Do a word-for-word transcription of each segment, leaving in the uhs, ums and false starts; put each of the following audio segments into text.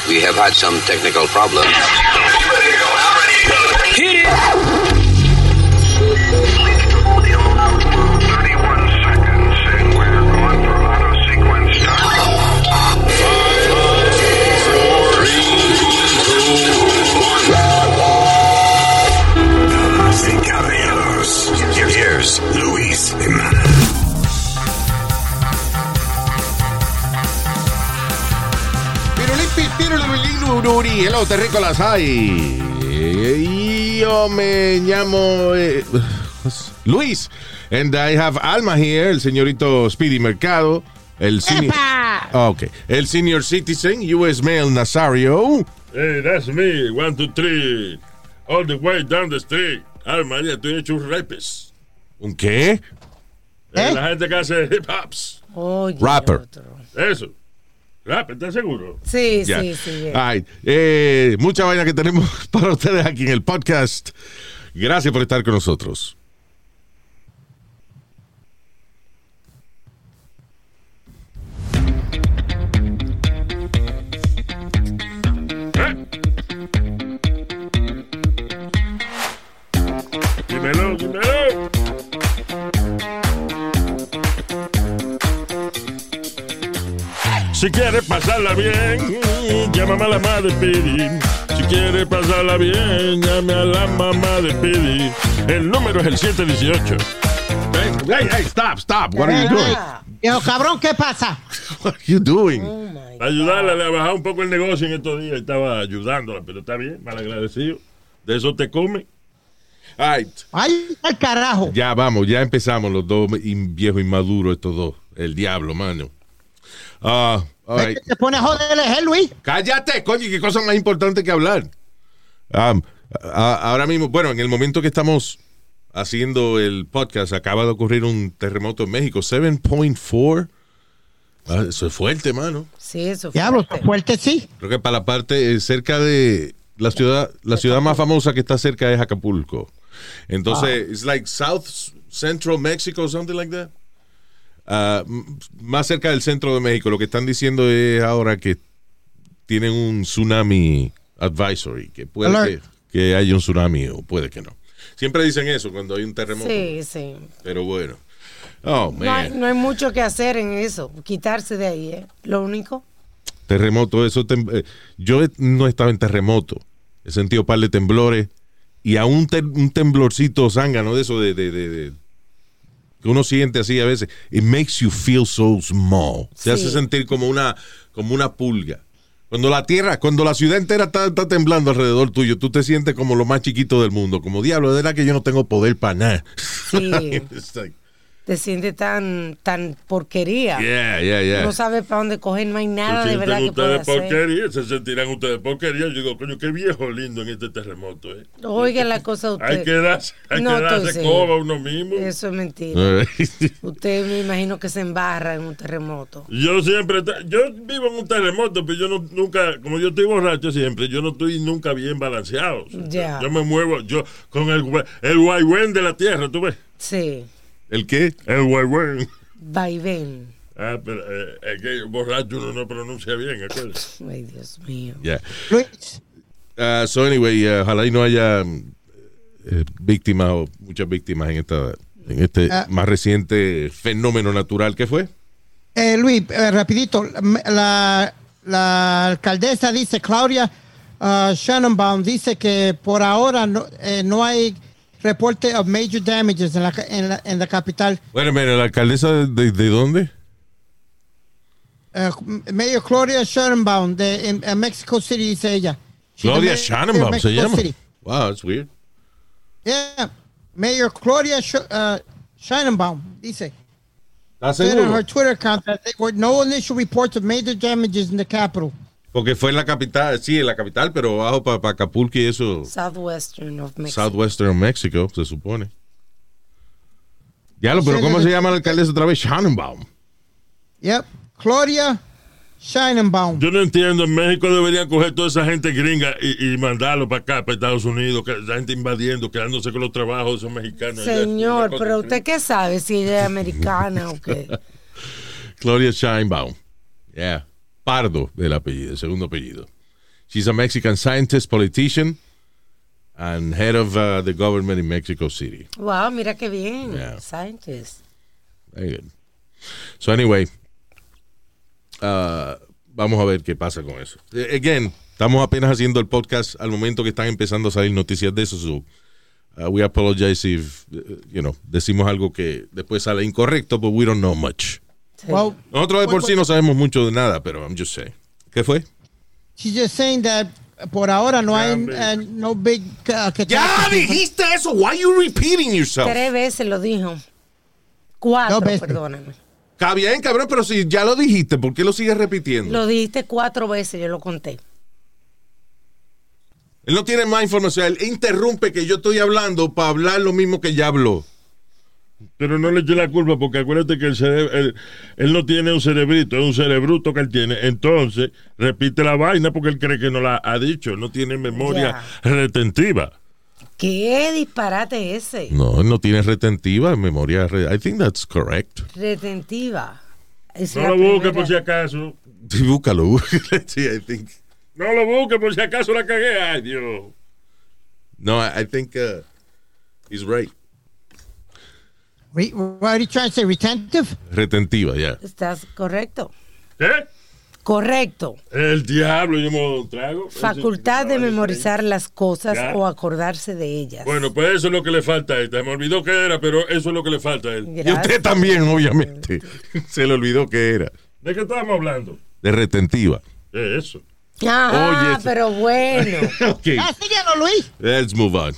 We have had some technical problems. Hit it! Here's Luis Jimenez. Hello, terrícolas, hi. Yo me llamo eh, Luis, and I have Alma here, el señorito Speedy Mercado, el senior, oh, okay, el senior citizen, U S male Nazario. Hey, that's me, one, two, three, all the way down the street. Alma, ya estoy hecho un rapes. ¿Un qué? Eh, ¿Eh? La gente que hace hip hops. Oye, rapper. Otro. Eso. Rapper, ¿estás seguro? Sí, yeah. sí, sí. Yeah. Ay, eh, mucha vaina que tenemos para ustedes aquí en el podcast. Gracias por estar con nosotros. Dímelo, dímelo. Si quieres pasarla bien, llámame a la mamá de Speedy. Si quieres pasarla bien, llame a la mamá de Speedy. El número es el siete dieciocho. Hey, hey, hey, stop, stop. What are you doing? Viejo cabrón, ¿qué pasa? What are you doing? Oh Ayudarla a bajar un poco el negocio en estos días. Estaba ayudándola, pero está bien, malagradecido. De eso te come. All right. Ay, al carajo. Ya vamos, ya empezamos los dos viejos inmaduros, estos dos. El diablo, mano. Uh, all right. ¿Te pones a joderle, eh, Luis? Cállate, coño, qué cosa más importante que hablar. Um, a, ahora mismo, bueno, en el momento que estamos haciendo el podcast, acaba de ocurrir un terremoto en México, siete punto cuatro. Ah, eso es fuerte, mano. Sí, eso es Diablo, fuerte. fuerte sí. Creo que para la parte eh, cerca de la ciudad, la ciudad más famosa que está cerca es Acapulco. Entonces, Ah. it's like South Central Mexico, something like that. Uh, más cerca del centro de México. Lo que están diciendo es ahora que tienen un tsunami advisory, que puede que, que haya un tsunami o puede que no. Siempre dicen eso cuando hay un terremoto. Sí, sí. Pero bueno. Oh, man. No hay, no hay mucho que hacer en eso. Quitarse de ahí, ¿eh? Lo único. Terremoto, eso. Tem- eh, yo no estaba en terremoto. He sentido un par de temblores y a un, te- un temblorcito zángano de eso de, de, de, de que uno siente así a veces. It makes you feel so small. Sí. Te hace sentir como una, como una pulga. Cuando la tierra, cuando la ciudad entera está, está temblando alrededor tuyo, tú te sientes como lo más chiquito del mundo. Como diablo, de verdad que yo no tengo poder para nada. Sí. It's like, Te sientes tan, tan porquería. yeah, yeah, yeah. No sabes para dónde coger, no hay nada Se de verdad sienten que pueda ustedes hacer. porquería, se sentirán ustedes porquería. Yo digo, coño, qué viejo lindo en este terremoto, ¿eh? Oiga la cosa de usted. Hay que darse, hay No que estoy darse segura. coba a uno mismo. Eso es mentira. All right. Usted me imagino que se embarra en un terremoto. Yo siempre, yo vivo en un terremoto, pero yo no, nunca, como yo estoy borracho siempre, yo no estoy nunca bien balanceado. Ya. Yo me muevo, yo con el, el vaivén de la tierra, ¿tú ves? Sí. ¿El qué? El vaivén. Vaivén. Ah, pero eh, es que borracho uno no pronuncia bien, ¿acuerdas? Ay, Dios mío. Yeah. Luis. Uh, so anyway, uh, ojalá y no haya eh, víctimas o muchas víctimas en esta en este Ah. más reciente fenómeno natural que fue. Eh, Luis, eh, rapidito. La, la alcaldesa dice, Claudia uh, Sheinbaum, dice que por ahora no, eh, no hay reporte of major damages en la, en la, en la capital. Bueno, mira, la alcaldesa de, de, de dónde? Uh, Mayor Claudia Sheinbaum de en, en Mexico City, dice ella. She's Claudia the mayor of Sheinbaum se Mexico llama. City. Wow, that's weird. Yeah, Mayor Claudia Sh- uh, Sheinbaum dice. ¿Estás Said on seguro? her Twitter account that there were no initial reports of major damages in the capital. Porque fue en la capital, sí, en la capital, pero bajo para pa Acapulco y eso. Southwestern of Mexico. Southwestern Mexico, se supone. Ya lo, pero ¿cómo se llama la alcaldesa otra vez? Sheinbaum. Yep, Claudia Sheinbaum. Yo no entiendo, en México deberían coger toda esa gente gringa y, y mandarlo para acá, para Estados Unidos, que la gente invadiendo, quedándose con los trabajos de esos mexicanos. Señor, Ya, pero cosa ¿usted qué sabe? Si ella es americana o qué. Claudia Sheinbaum. Yeah. Pardo, el apellido, el segundo apellido. She's a Mexican scientist, politician, and head of uh, the government in Mexico City. Wow, mira qué bien. Yeah. Scientist. Very good. So anyway, uh, vamos a ver qué pasa con eso. Again, estamos apenas haciendo el podcast al momento que están empezando a salir noticias de eso. So, uh, we apologize if, uh, you know, decimos algo que después sale incorrecto, but we don't know much. Sí. Well, Nosotros de por sí no sabemos mucho de nada, pero I'm just saying. ¿Qué fue? she's just saying that por ahora no hay hombre. uh, no big uh, ¡Ya dijiste eso! Why are you repeating yourself? Tres veces lo dijo. Cuatro, Dos veces. perdóname. Está bien, cabrón, pero si ya lo dijiste, ¿por qué lo sigues repitiendo? Lo dijiste cuatro veces, yo lo conté. Él no tiene más información. Él interrumpe que yo estoy hablando para hablar lo mismo que ya habló. Pero no le eche la culpa porque acuérdate que el cerebro, él, él no tiene un cerebrito, es un cerebruto que él tiene. Entonces, repite la vaina porque él cree que no la ha dicho. Él no tiene memoria retentiva. ¿Qué disparate ese? No, él no tiene retentiva, memoria. Re- I think that's correct. Retentiva. Es No la lo busque primera. por si acaso. Sí, búscalo, búscalo. Sí, I think. No lo busque por si acaso la cagué. Ay, Dios. No, I, I think uh, he's right. Re- what are you trying to say? Retentive? Retentiva, ya. Yeah. Estás correcto. ¿Eh? Correcto. El diablo, yo me doy un trago. Facultad de memorizar las cosas Ya. o acordarse de ellas. Bueno, pues eso es lo que le falta a él. Me olvidó que era, pero eso es lo que le falta a él. Y Gracias. usted también, obviamente. Se le olvidó que era. ¿De qué estábamos hablando? De retentiva. De eso. Ah, Oye, pero bueno. Ok. Ah, síguelo, Luis. Let's move on.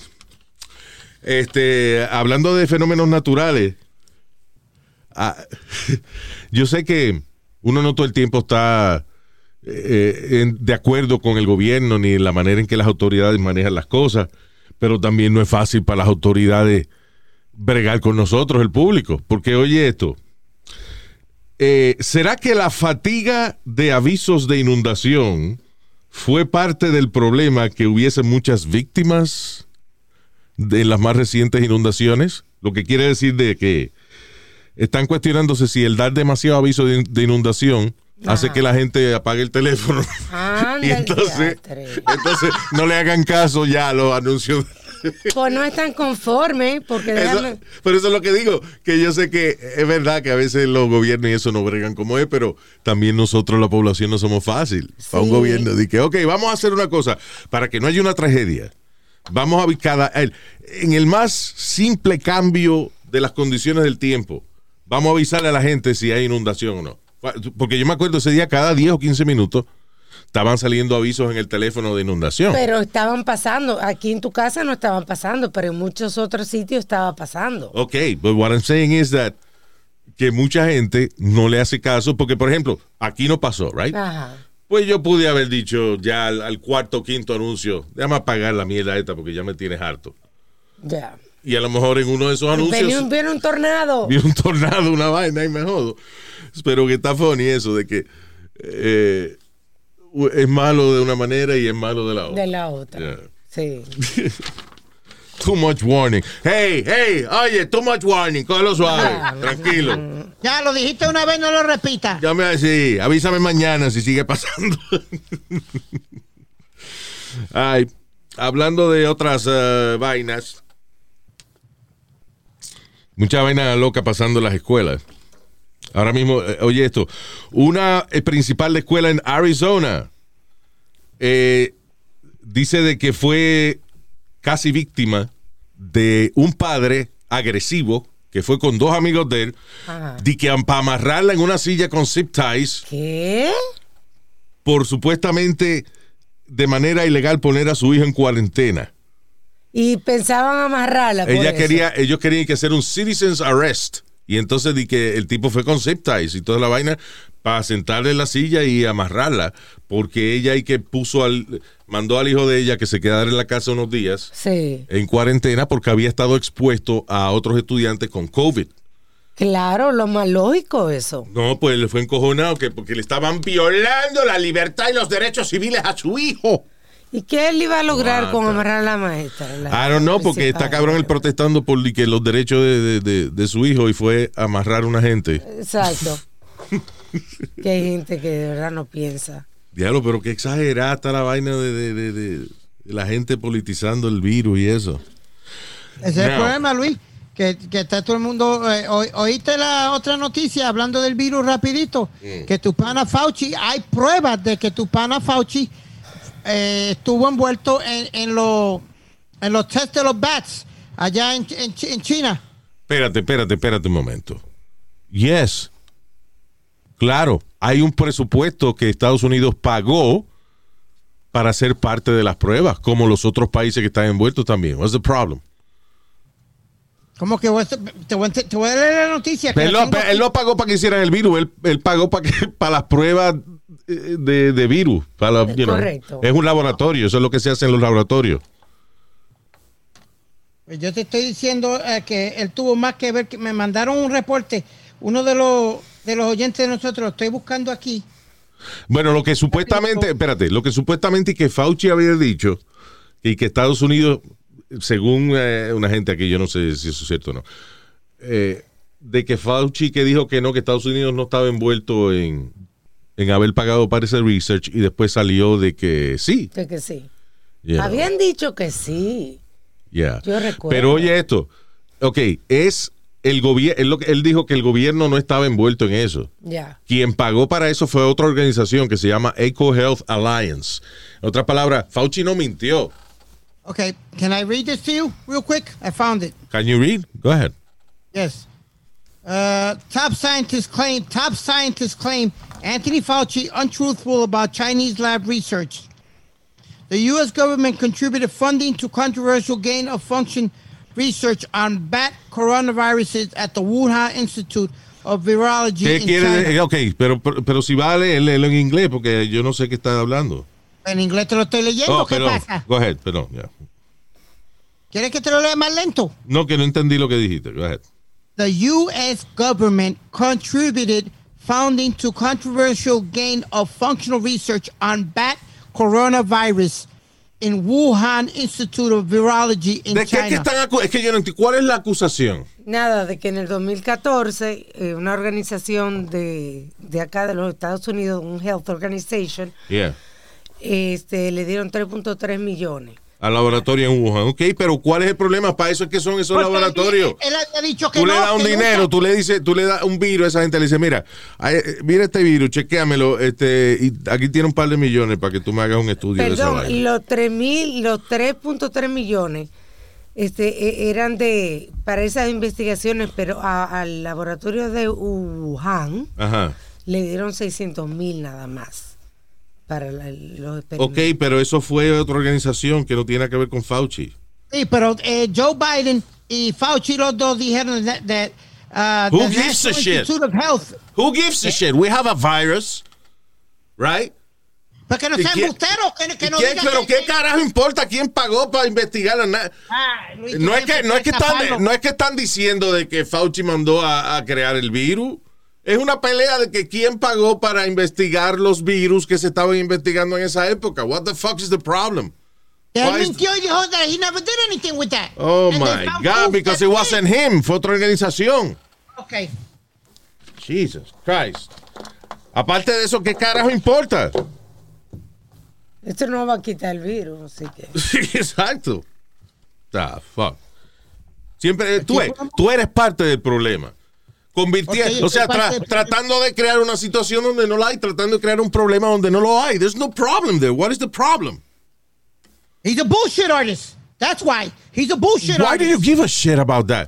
Este, hablando de fenómenos naturales, ah, yo sé que uno no todo el tiempo está eh, en- de acuerdo con el gobierno ni en la manera en que las autoridades manejan las cosas, pero también no es fácil para las autoridades bregar con nosotros, el público, porque oye esto, eh, ¿será que la fatiga de avisos de inundación fue parte del problema que hubiese muchas víctimas de las más recientes inundaciones? Lo que quiere decir de que están cuestionándose si el dar demasiado aviso de, de inundación hace Ajá. que la gente apague el teléfono. Anda Y el entonces, diatre. entonces no le hagan caso ya a los anuncios. Pues no están conformes, porque Eso, déjame. pero eso es lo que digo, que yo sé que es verdad que a veces los gobiernos y eso no bregan como es, pero también nosotros, la población, no somos fácil. Para un Sí. gobierno, de que, ok, vamos a hacer una cosa, para que no haya una tragedia. Vamos a ver cada, el- en el más simple cambio de las condiciones del tiempo, vamos a avisarle a la gente si hay inundación o no. Porque yo me acuerdo ese día, cada diez o quince minutos, estaban saliendo avisos en el teléfono de inundación. Pero estaban pasando. Aquí en tu casa no estaban pasando, pero en muchos otros sitios estaba pasando. Ok, but what I'm saying is that que mucha gente no le hace caso, porque por ejemplo, aquí no pasó, right? Ajá. Pues yo pude haber dicho ya al, al cuarto o quinto anuncio, déjame apagar la mierda esta porque ya me tienes harto. Ya. Y a lo mejor en uno de esos anuncios Viene un, viene un tornado. vi un tornado, una vaina y me jodo. Pero que está funny eso de que eh, es malo de una manera y es malo de la otra. De la otra. Yeah. Sí. Too much warning. Hey, hey, oye, too much warning. Cógelo suave, tranquilo. Ya lo dijiste una vez, no lo repita. Ya me sí, avísame mañana si sigue pasando. Ay, hablando de otras uh, vainas. Mucha vaina loca pasando en las escuelas. Ahora mismo, eh, oye esto, una eh, principal de escuela en Arizona eh, dice de que fue casi víctima de un padre agresivo que fue con dos amigos de él, Ajá. de que para amarrarla en una silla con zip ties, ¿Qué? por supuestamente de manera ilegal poner a su hijo en cuarentena. Y pensaban amarrarla. por Ella eso. quería, ellos querían que hacer un citizen's arrest. Y entonces di que el tipo fue con zip ties y toda la vaina para sentarle en la silla y amarrarla, porque ella y que puso al, mandó al hijo de ella que se quedara en la casa unos días Sí. en cuarentena porque había estado expuesto a otros estudiantes con COVID. Claro, lo más lógico eso. No, pues le fue encojonado que porque le estaban violando la libertad y los derechos civiles a su hijo. ¿Y qué él iba a lograr Mata. con amarrar a la maestra? La I don't know, porque principal. está cabrón él protestando por que los derechos de, de, de, de su hijo y fue a amarrar a una gente. Exacto. Que hay gente que de verdad no piensa. Diablo, pero qué exagerada está la vaina de, de, de, de, de la gente politizando el virus y eso. Ese es el problema, Luis, que, que está todo el mundo... Eh, o, ¿Oíste la otra noticia hablando del virus rapidito? Mm. Que tu pana Fauci, hay pruebas de que tu pana Fauci eh, estuvo envuelto en, en, lo, en los test de los bats allá en, en, en China. Espérate, espérate, espérate un momento. Yes. Claro, hay un presupuesto que Estados Unidos pagó para ser parte de las pruebas, como los otros países que están envueltos también. What's the problem? ¿Cómo que voy a, te, voy a, te voy a leer la noticia? Que él, la lo, él no pagó para que hicieran el virus, él, él pagó para que para las pruebas de, de virus. Para la, you Correcto. Know, es un laboratorio, eso es lo que se hace en los laboratorios. Yo te estoy diciendo eh, que él tuvo más que ver, que me mandaron un reporte, uno de los de los oyentes de nosotros, lo estoy buscando aquí. Bueno, lo que supuestamente, espérate, lo que supuestamente que Fauci había dicho y que Estados Unidos, según eh, una gente aquí, yo no sé si eso es cierto o no, eh, de que Fauci que dijo que no, que Estados Unidos no estaba envuelto en, en haber pagado para ese research y después salió de que sí. De que sí. You know. Habían dicho que sí. Yeah. Yo recuerdo. Pero oye esto, ok, es el gobierno, él, él dijo que el gobierno no estaba envuelto en eso. Ya. Yeah. Quien pagó para eso fue otra organización que se llama EcoHealth Alliance. En otras palabras, Fauci no mintió. Okay, can I read this to you real quick? I found it. Can you read? Go ahead. Yes. Uh, top scientists claim, top scientists claim Anthony Fauci untruthful about Chinese lab research. The U S government contributed funding to controversial gain-of-function research on bat coronaviruses at the Wuhan Institute of Virology ¿Qué in quiere China. decir? Ok, pero, pero, pero si vale, léelo en inglés porque yo no sé qué está hablando. En inglés te lo estoy leyendo, Oh, ¿qué perdón. pasa? Go ahead, perdón. Yeah. ¿Quieres que te lo lea más lento? No, que no entendí lo que dijiste. Go ahead. The U S government contributed funding to controversial gain of functional research on bat coronavirus in Wuhan Institute of Virology in ¿De qué China. es que están acu- Es que yo no entiendo. ¿Cuál es la acusación? Nada, de que en el dos mil catorce eh, una organización de, de acá de los Estados Unidos, un Health Organization, Yeah. este, le dieron tres punto tres millones. Al laboratorio en Wuhan. Ok, pero ¿cuál es el problema? Para eso es que son esos Porque laboratorios. Él, él había dicho que Tú no, le das un que dinero, nunca- tú le dices, tú le das un virus a esa gente, le dices, mira, ay, mira este virus, chequéamelo, este, y aquí tiene un par de millones para que tú me hagas un estudio de esa Perdón, vaina. los tres mil, los tres punto tres millones este, e- eran de para esas investigaciones, pero a- al laboratorio de Wuhan Ajá. le dieron seiscientos mil nada más para la- los Ok, experimentos. pero eso fue otra organización que no tiene nada que ver con Fauci. Sí, pero eh, Joe Biden y Fauci los dos dijeron that, that uh, Who the gives a National shit? Institute of Health. Who gives a shit? We have a virus, right? Porque no ¿Y sean quién- embusteros, que, que ¿Y no quién- digan pero que- qué carajo importa quién pagó para investigarla? Na- Ah, Luis, No tú es que siempre no es que estás tapando. están no es que están diciendo de que Fauci mandó a, a crear el virus. Es una pelea de que quién pagó para investigar los virus que se estaban investigando en esa época. What the fuck is the problem? Él Why is- mintió y dijo that he never did anything with that. Oh And they my found God, proof because that it he wasn't did. him, fue otra organización. Okay. Jesus Christ. Aparte de eso, ¿qué carajo importa? Esto no va a quitar el virus, así que. Sí, exacto. The fuck. Siempre, tú, eres- tú eres parte del problema. Convirtiendo, Ok, o sea, yo soy tra- parte del- tratando de crear una situación donde no la hay, tratando de crear un problema donde no lo hay. There's no problem there. What is the problem? He's a bullshit artist. That's why. He's a bullshit Why do artist. you give a shit about that?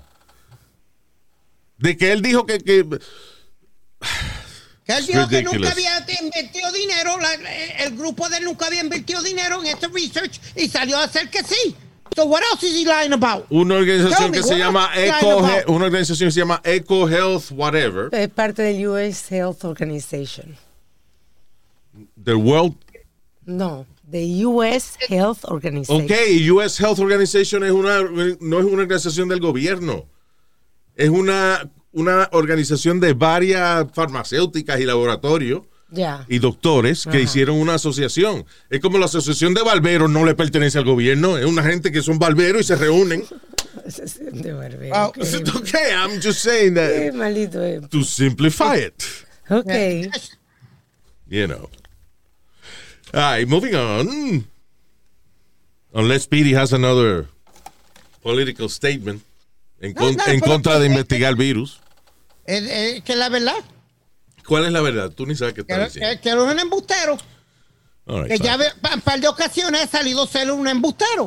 De que él dijo que, que Que él dijo que ridiculous. nunca había invertido dinero, la- el grupo de él nunca había invertido dinero en este research y salió a hacer que sí. So what else is he lying about? una Tell organización me, que se what llama else is he Eco, lying about? una organización que se llama Eco Health whatever, Es parte del U S Health Organization. the World. No, the U S Health Organization. Ok, U S Health Organization es una, no es una organización del gobierno. Es una, una organización de varias farmacéuticas y laboratorios Ya. y doctores que Ajá. hicieron una asociación. Es como la asociación de barberos no le pertenece al gobierno. Es una gente que son barberos y se reúnen. De barbero. Oh, Qué- Ok, I'm just saying Qué that maldito es. to simplify it. Ok. You know. All right, moving on. Unless Speedy has another political statement en, con- No, no, en pero- contra de investigar virus. Es, es que la verdad, ¿Cuál es la verdad? Tú ni sabes qué que, estás diciendo. que, que era un embustero. All right, Que ya fine. ve- en un par de ocasiones ha salido ser un embustero.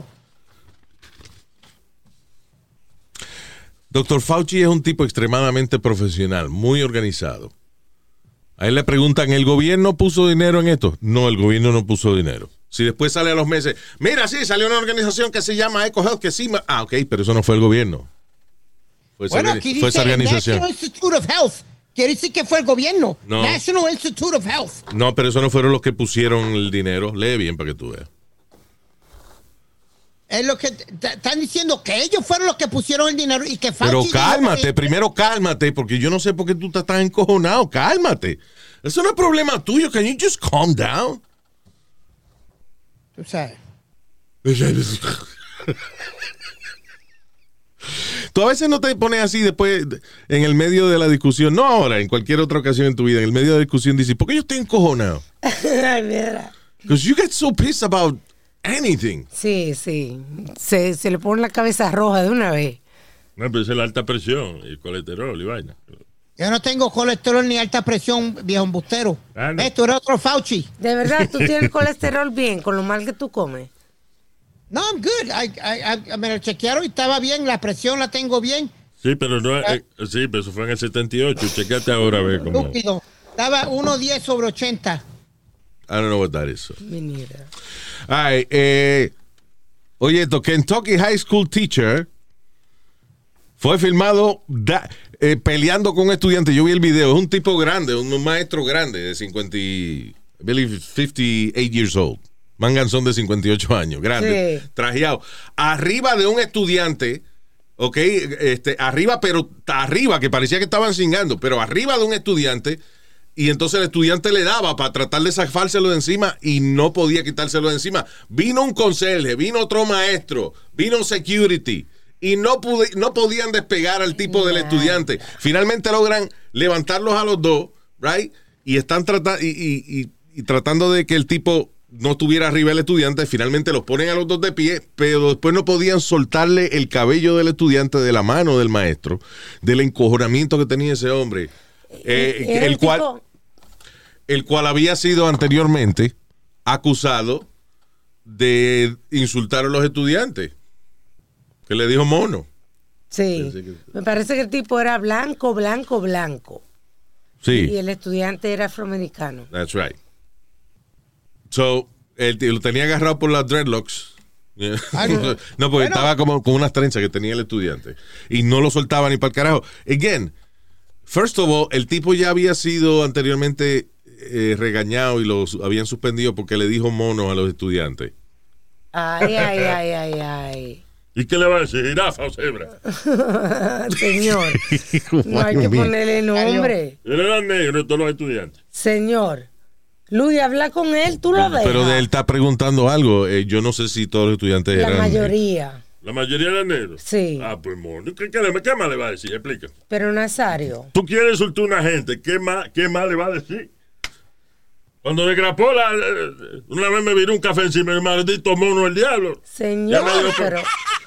Doctor Fauci es un tipo extremadamente profesional, muy organizado. A él le preguntan, ¿el gobierno puso dinero en esto? No, el gobierno no puso dinero. Si después sale a los meses, mira, sí, salió una organización que se llama EcoHealth, que sí, ma- ah, ok, pero eso no fue el gobierno. Fue esa, Bueno, organi- aquí fue dice esa organización. National Institute of Health. Quiere decir que fue el gobierno. No. National Institute of Health. No, pero eso no fueron los que pusieron el dinero. Lee bien para que tú veas. Es lo que t- están diciendo, que ellos fueron los que pusieron el dinero y que Fauci Pero dijo cálmate, que- primero cálmate, porque yo no sé por qué tú estás tan encojonado. Cálmate. Eso no es problema tuyo. Can you just calm down? Tú sabes. Tú a veces no te pones así después en el medio de la discusión, no ahora, en cualquier otra ocasión en tu vida, en el medio de la discusión dices, ¿por qué yo estoy encojonado? Ay, mira. Because you get so pissed about anything. Sí, sí. Se, se le pone la cabeza roja de una vez. No, pero esa es la alta presión y el colesterol y vaina. Yo no tengo colesterol ni alta presión, viejo embustero. Ah, no. ¿Ves? Tú eres otro Fauci. De verdad, tú tienes el colesterol bien con lo mal que tú comes. No, I'm good. I, I, I- me lo chequearon y estaba bien. La presión la tengo bien. Sí, pero no, eh, sí, pero eso fue en el setenta y ocho. Checate ahora a ver cómo. Estúpido. Estaba uno diez sobre ochenta. I don't know what that is. Mira. Ay, eh, oye, esto, Kentucky High School Teacher fue filmado da- eh, peleando con un estudiante. Yo vi el video. Es un tipo grande, un, un maestro grande de cincuenta, I believe fifty-eight years old. Manganzón de cincuenta y ocho años, grande, Sí. trajeado. Arriba de un estudiante, ok, este, arriba, pero arriba, que parecía que estaban cingando, pero arriba de un estudiante. Y entonces el estudiante le daba para tratar de zafárselo de encima y no podía quitárselo de encima. Vino un conserje, vino otro maestro, vino un security y no, pude, no podían despegar al tipo del estudiante. Finalmente logran levantarlos a los dos, right? Y están tratando y, y, y, y tratando de que el tipo no estuviera arriba del estudiante. Finalmente los ponen a los dos de pie, pero después no podían soltarle el cabello del estudiante de la mano del maestro, del encojonamiento que tenía ese hombre. Eh, Era el un cual tipo- el cual había sido anteriormente acusado de insultar a los estudiantes, que le dijo mono. Sí. Pensé que- Me parece que el tipo era blanco, blanco, blanco. Sí, Y el estudiante era afroamericano. that's right. So, él lo tenía agarrado por las dreadlocks. Ay, no. No, porque Bueno. estaba como con unas trenzas que tenía el estudiante y no lo soltaba ni para el carajo. Again, first of all, el tipo ya había sido anteriormente eh, regañado y los habían suspendido porque le dijo mono a los estudiantes. Ay, ay, ay, ay, ay. ¿Y qué le va a decir? ¿Jirafa o cebra? Señor, no hay que ponerle nombre. Él era negro, todos los estudiantes. Señor, Luis, habla con él, tú lo ves. Pero de él está preguntando algo. Eh, yo no sé si todos los estudiantes La eran. mayoría. La mayoría eran negros. Sí. Ah, pues mono. ¿Qué, qué, le- qué más le va a decir? Explica. Pero Nazario, Tú quieres insultar a una gente, ¿qué más, qué más le va a decir? Cuando le grapó la... eh, una vez me viró un café encima del maldito mono el diablo. señor, Ya me dio- pero...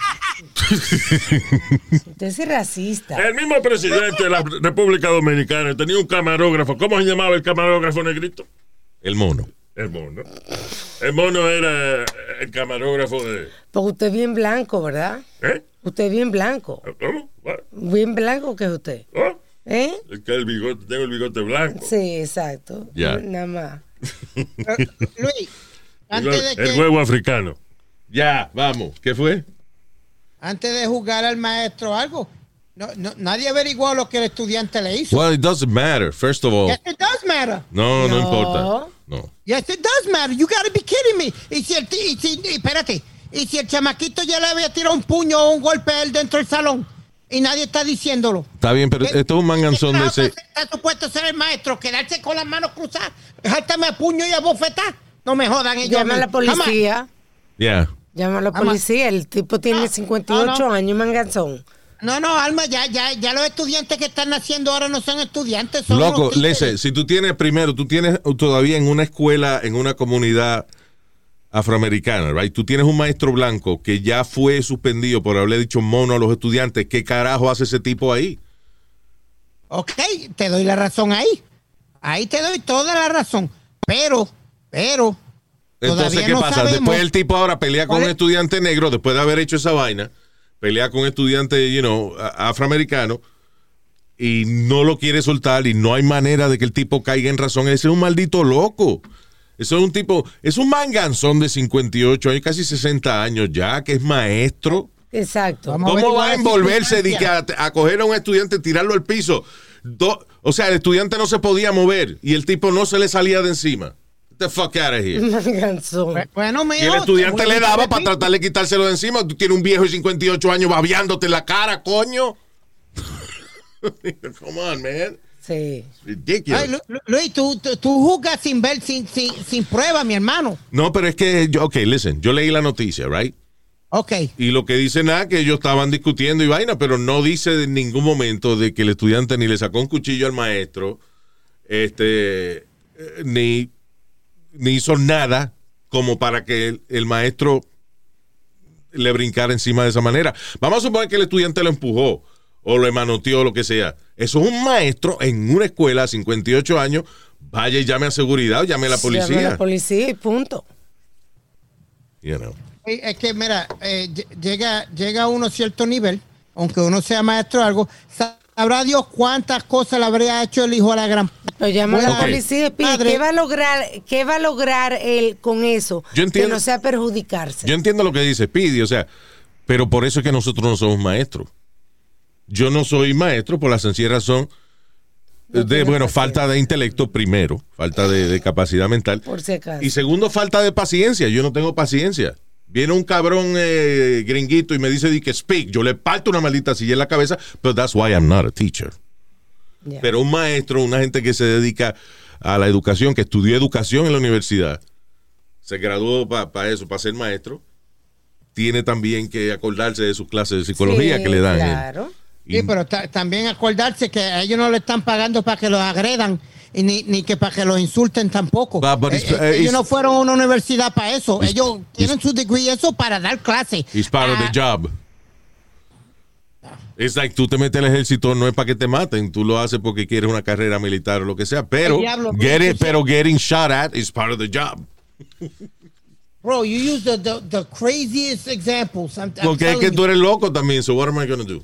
Usted es racista. El mismo presidente de la República Dominicana tenía un camarógrafo. ¿Cómo se llamaba el camarógrafo negrito? El mono. El mono. El mono era el camarógrafo de... Porque usted es bien blanco, ¿verdad? ¿Eh? Usted es bien blanco. ¿Cómo? ¿What? Bien blanco que es usted. ¿Oh? ¿Eh? Es que el bigote, tengo el bigote blanco. Sí, exacto. Ya. Nada más. Eh, Luis, antes de, El que, huevo africano. Ya, vamos. ¿Qué fue? antes de juzgar al maestro algo, no, no, nadie averiguó lo que el estudiante le hizo. Well, it doesn't matter. First of all. Yes, it does matter. No, no, No. importa. No. Yes, it does matter. You gotta be kidding me. Y si el, ti- y si, y espérate, y si el chamaquito ya le había tirado un puño o un golpe a él dentro del salón y nadie está diciéndolo. Está bien, pero esto es un manganzón de ese. Está supuesto ser el maestro, quedarse con las manos cruzadas, jáltame a puño y a bofetar. No me jodan ellos. Llama a la policía. Yeah. Llama a la Vamos. policía. El tipo tiene cincuenta y ocho no, no. años, manganzón. No, no, Alma, ya, ya, ya los estudiantes que están naciendo ahora no son estudiantes, son Loco, unos títeres. Lese, si tú tienes primero, tú tienes todavía en una escuela, en una comunidad afroamericana, right? Tú tienes un maestro blanco que ya fue suspendido por haberle dicho mono a los estudiantes. ¿Qué carajo hace ese tipo ahí? Ok, te doy la razón ahí. Ahí te doy toda la razón. Pero, pero, Entonces, todavía ¿qué no pasa? sabemos. Después el tipo ahora pelea con ¿Cuál un es? estudiante negro, después de haber hecho esa vaina, pelea con un estudiante, you know, a- afroamericano, y no lo quiere soltar, y no hay manera de que el tipo caiga en razón. Ese es un maldito loco. Eso es un tipo, es un manganzón de cincuenta y ocho años, casi sesenta años ya, que es maestro. Exacto. Vamos. ¿Cómo va a averiguar envolverse de que a, circunstancias. a coger a un estudiante y tirarlo al piso? Do- o sea, el estudiante no se podía mover y el tipo no se le salía de encima. Get the fuck out of here. Manganzón. Bueno, Y mío, el estudiante te- le daba te- para tratar de quitárselo de encima. Tú tienes un viejo de cincuenta y ocho años babeándote en la cara, coño. Come on, man. Sí. Ridiculous. Ay, Lu- Lu- Luis, tú, tú, tú juzgas sin ver, sin, sin, sin prueba, mi hermano. No, pero es que, yo, ok, listen, yo leí la noticia, right? Ok. Y lo que dice nada, que ellos estaban discutiendo y vaina, pero no dice en ningún momento de que el estudiante ni le sacó un cuchillo al maestro, este, eh, ni, ni hizo nada como para que el, el maestro le brincara encima de esa manera. Vamos a suponer que el estudiante lo empujó o lo manoteó o lo que sea. Eso es un maestro en una escuela a cincuenta y ocho años. Vaya y llame a seguridad o llame a la Llama a policía. la policía y punto. You know. Eh, Es que, mira, eh, ll- llega, llega a uno cierto nivel, aunque uno sea maestro o algo, sabrá Dios cuántas cosas le habría hecho el hijo a la gran... Lo llama a la Ok. policía y pide, Padre. ¿qué va a lograr, qué va a lograr él con eso? Yo entiendo- Que no sea perjudicarse. Yo entiendo lo que dice Speedy, o sea, pero por eso es que nosotros no somos maestros. Yo no soy maestro por la sencilla razón No de, tiene bueno, paciencia. falta de intelecto primero, falta de, de capacidad mental. Por si acaso. Y segundo, falta de paciencia. Yo no tengo paciencia. Viene un cabrón eh, gringuito y me dice di que speak. Yo le parto una maldita silla en la cabeza, pero that's why I'm not a teacher. Ya. Pero un maestro, una gente que se dedica a la educación, que estudió educación en la universidad, se graduó para eso, para ser maestro, tiene también que acordarse de sus clases de psicología Sí, que le dan. Claro. Y- Sí, pero ta- también acordarse que a ellos no le están pagando para que los agredan y ni, ni que para que los insulten tampoco. But- but Eh, it's- eh, eh, ellos it's- no fueron a una universidad para eso. It's- ellos tienen su degree eso para dar clase. It's part of Ah, the job. Es like tú te metes al ejército no es para que te maten, tú lo haces porque quieres una carrera militar o lo que sea, pero El diablo, get it, tú- pero getting shot at is part of the job. Bro, you use the, the, the craziest examples. I'm, I'm Porque es telling que you. tú eres loco también, so what am I gonna do?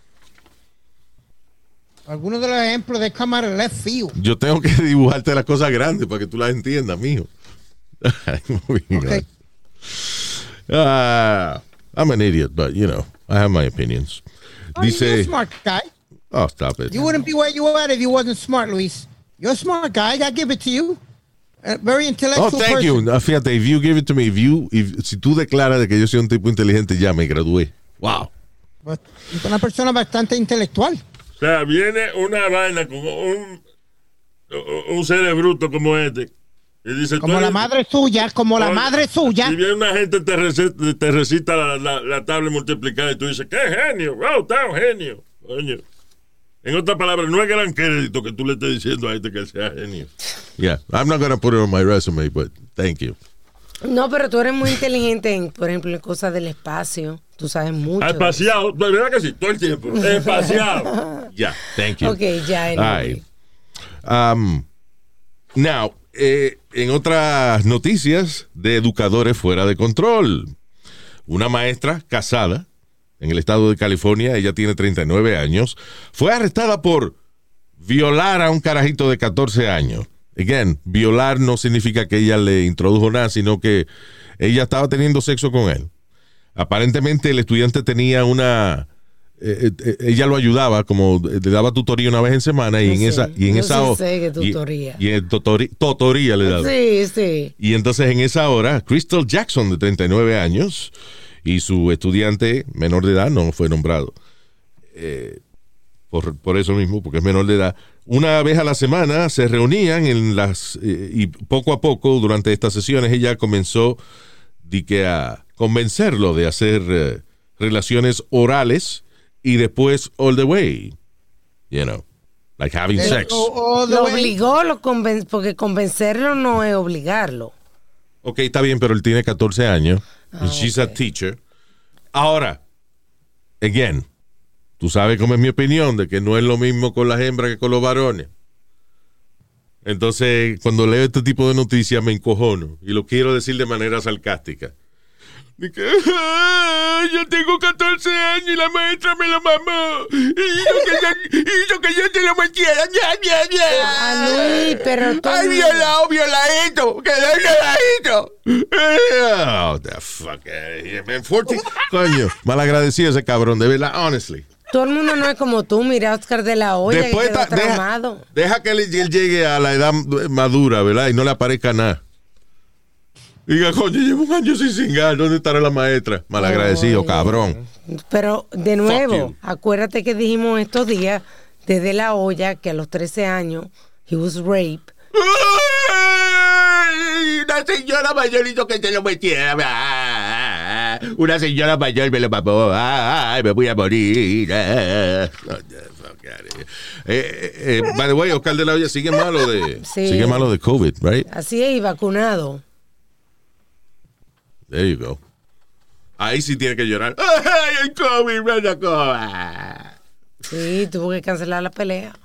Algunos de los ejemplos de come out of left field. Yo tengo que dibujarte las cosas grandes para que tú las entiendas, mijo. Moving Okay. on. Ah, I'm an idiot, but you know, I have my opinions. Oh, you're a Dice, smart guy. oh, stop it. You wouldn't be where you are if you wasn't smart, Luis. You're a smart guy. I give it to you. A very intellectual Oh, thank person. you. No, fíjate, if you give it to me, if you, if, si tú declaras de que yo soy un tipo inteligente, ya me gradué. Wow. But you're una persona bastante intelectual. O sea, viene una vaina con un, un cerebruto como este. Y dice, Como tú la eres- madre suya, como la Oye, madre suya. Y viene una gente te receta, te recita la, la, la tabla multiplicada y tú dices, ¡qué genio! ¡Wow, está un genio! Coño. En otras palabras, no es gran crédito que tú le estés diciendo a este que sea genio. Yeah, I'm not going to put it on my resume, but thank you. No, pero tú eres muy inteligente en, por ejemplo, en cosas del espacio. Tú sabes mucho. Ha de eso. espaciado, de verdad que sí, todo el tiempo. Espaciado. Yeah, thank you. Ok, ya. All anyway. right. Um, now, eh, en otras noticias de educadores fuera de control, una maestra casada en el estado de California, ella tiene treinta y nueve años, fue arrestada por violar a un carajito de catorce años. Again, violar no significa que ella le introdujo nada, sino que ella estaba teniendo sexo con él. Aparentemente el estudiante tenía una... eh, eh, ella lo ayudaba, como le daba tutoría una vez en semana y Yo en sé, esa y en yo esa sí ho- sé que y- tutoría. y, en tutori- tutoría le daba. Sí, sí. Y entonces en esa hora, Crystal Jackson, de treinta y nueve años, y su estudiante menor de edad no fue nombrado. Eh, por, por eso mismo, porque es menor de edad. Una vez a la semana se reunían en las eh, y poco a poco durante estas sesiones ella comenzó di que a convencerlo de hacer eh, relaciones orales y después all the way, you know, like having Pero, sex. O- o the Lo way- obligó, lo conven- porque convencerlo no es obligarlo. Ok, está bien, pero él tiene catorce años. Ah, and she's ok. a teacher. Ahora, again, tú sabes cómo es mi opinión de que no es lo mismo con las hembras que con los varones. Entonces, cuando leo este tipo de noticias me encojono y lo quiero decir de manera sarcástica. De que, "Ah, yo tengo catorce años y la maestra me lo mamó. Y hizo que yo, hizo que yo te lo metiera. Ya, ya, ya. Ah, Luis, pero tú... ¡Ay, violado, violadito! ¡Quedó violadito! Oh, the fuck out of here, man. forty Coño, malagradecido ese cabrón, de verdad, honestly. Todo el mundo no es como tú, mira a Oscar de la Hoya, Después que quedó ta- deja, traumado. deja que él, él llegue a la edad madura, ¿verdad? Y no le aparezca nada. Diga, coño, llevo un año sin cingar. ¿Dónde estará la maestra? Malagradecido, Oye. cabrón. Pero, de Fuck nuevo, you. acuérdate que dijimos estos días, desde la olla, que a los trece años, he was raped. ¡Ay! Una señora mayor hizo que se lo metiera. Ah, una señora mayor me lo mamó. Ay, me voy a morir. Ah. Oh, the fuck out of here. Eh, eh, by the way, Oscar de la Hoya sigue malo de, Sí. sigue malo de COVID, right? Así es, y vacunado. There you go. Ahí sí tiene que llorar. Ay, el COVID me sacó. Ah. Sí, tuvo que cancelar la pelea.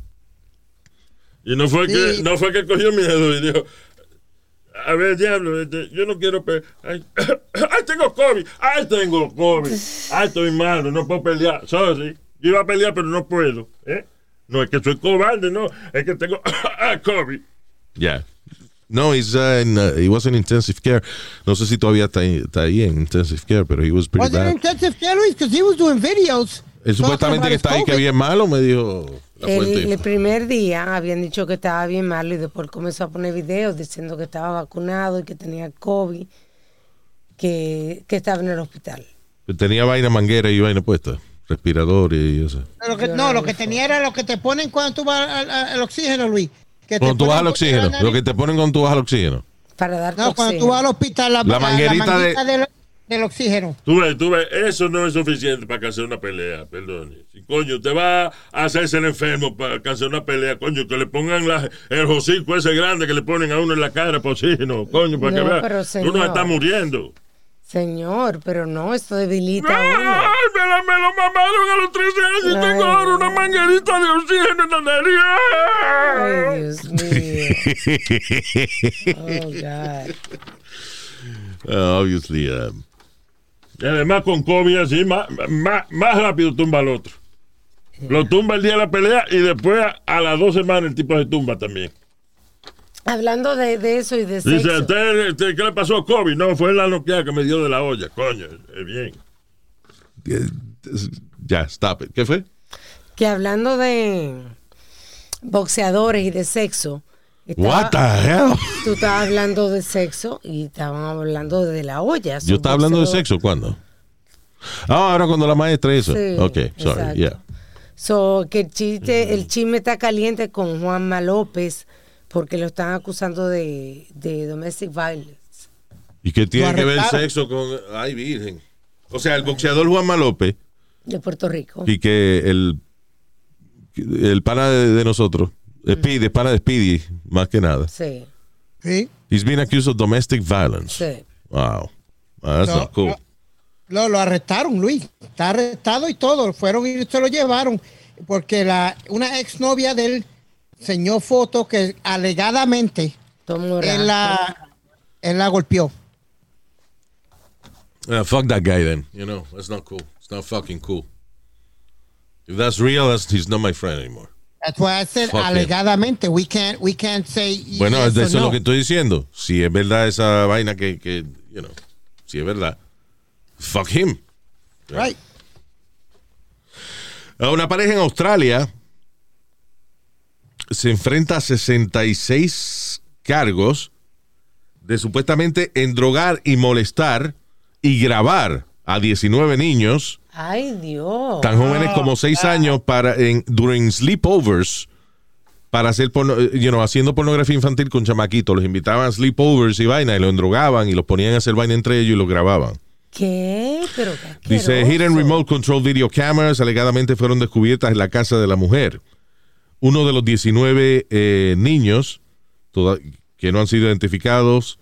Y no fue, Sí. que, no fue que cogió miedo y dijo, a ver, diablo, este, yo no quiero pelear. Ay, ay, tengo COVID. Ay, tengo COVID. Ay, estoy malo, no puedo pelear. Sorry. Yo iba a pelear, pero no puedo. ¿eh? No es que soy cobarde, no. Es que tengo COVID. Yeah. No, he's, uh, in, uh, he was in intensive care. No sé si todavía está, ahí- está ahí en intensive care, pero he was pretty Was it bad. intensive care, Luis? Because he was doing videos. Él supuestamente que está ahí que bien malo, me dijo la fuente. El, el primer día habían dicho que estaba bien malo y después comenzó a poner videos diciendo que estaba vacunado y que tenía COVID, que, que estaba en el hospital. Tenía vaina manguera y vaina puesta, respirador y eso. Lo que, Yo no, no lo vi que eso. tenía era lo que te ponen cuando tú vas al, al- al oxígeno, Luis. Que te Cuando tú ponen vas al por oxígeno, la nariz. lo que te ponen cuando tú vas al oxígeno. Para dar No, cuando tú vas al hospital, la, La manguerita de- manguita del, del oxígeno. Tú ves, tú ves, eso no es suficiente para cancelar una pelea, perdón. Si coño, te va a hacerse el enfermo para cancelar una pelea, coño, que le pongan la, el hocico ese grande que le ponen a uno en la cara por oxígeno, coño, para No, que vea. pero, Uno señor. está muriendo. Señor, pero no, esto debilita a uno. ¡Ay, me, la, me lo mamaron a los trece años y Ay, tengo ahora una manguerita de oxígeno en la nariz! Ay, Dios mío. Oh, God. Uh, obviously, um, Y además con COVID así, más, más, más rápido tumba al otro. Lo tumba el día de la pelea y después a, a las dos semanas el tipo se tumba también. Hablando de, de eso y de Dice, sexo. ¿usted, usted, ¿qué le pasó a COVID? No, fue la noqueada que me dio de la olla. Coño, es bien. ya, stop it. ¿Qué fue? Que hablando de boxeadores y de sexo. estaba- What the hell? Tú estabas hablando de sexo y estaban hablando de la olla. Yo estaba hablando de sexo, ¿cuándo? Ah, ahora cuando la maestra hizo. Sí, ok, sorry, exacto. yeah. So, que el chiste, el chisme está caliente con Juanma López porque lo están acusando de, de domestic violence. ¿Y qué tiene Lo que ver el arrestaron. sexo con... Ay, virgen. O sea, el boxeador Juanma López De Puerto Rico. y que el, el pana de, de nosotros, Speedy, el pana de Speedy, más que nada. Sí, Sí. He's been accused of domestic violence. sí. Wow. Ah, that's No, not cool. no. Lo, lo arrestaron, Luis. Está arrestado y todo. Fueron y se lo llevaron. Porque la, una exnovia de él enseñó fotos que alegadamente Tomo él la, él la golpeó. Uh, fuck that guy then. You know, that's not cool. It's not fucking cool. If that's real, that's, he's not my friend anymore. That's why I said Fuck him. alegadamente. We can't, we can't say Bueno, yes eso or es no. lo que estoy diciendo. Si es verdad esa vaina que, que you know, si es verdad, fuck him. Right. Una pareja en Australia se enfrenta a sesenta y seis cargos de supuestamente endrogar y molestar y grabar a diecinueve niños Ay, Dios. tan jóvenes como seis años para en during sleepovers para hacer porno, you know, haciendo pornografía infantil con chamaquitos. Los invitaban a sleepovers y vaina y los endrogaban y los ponían a hacer vaina entre ellos y los grababan. ¿Qué? Pero qué Dice, asqueroso. hidden remote control video cameras alegadamente fueron descubiertas en la casa de la mujer. Uno de los diecinueve eh, niños toda, que no han sido identificados,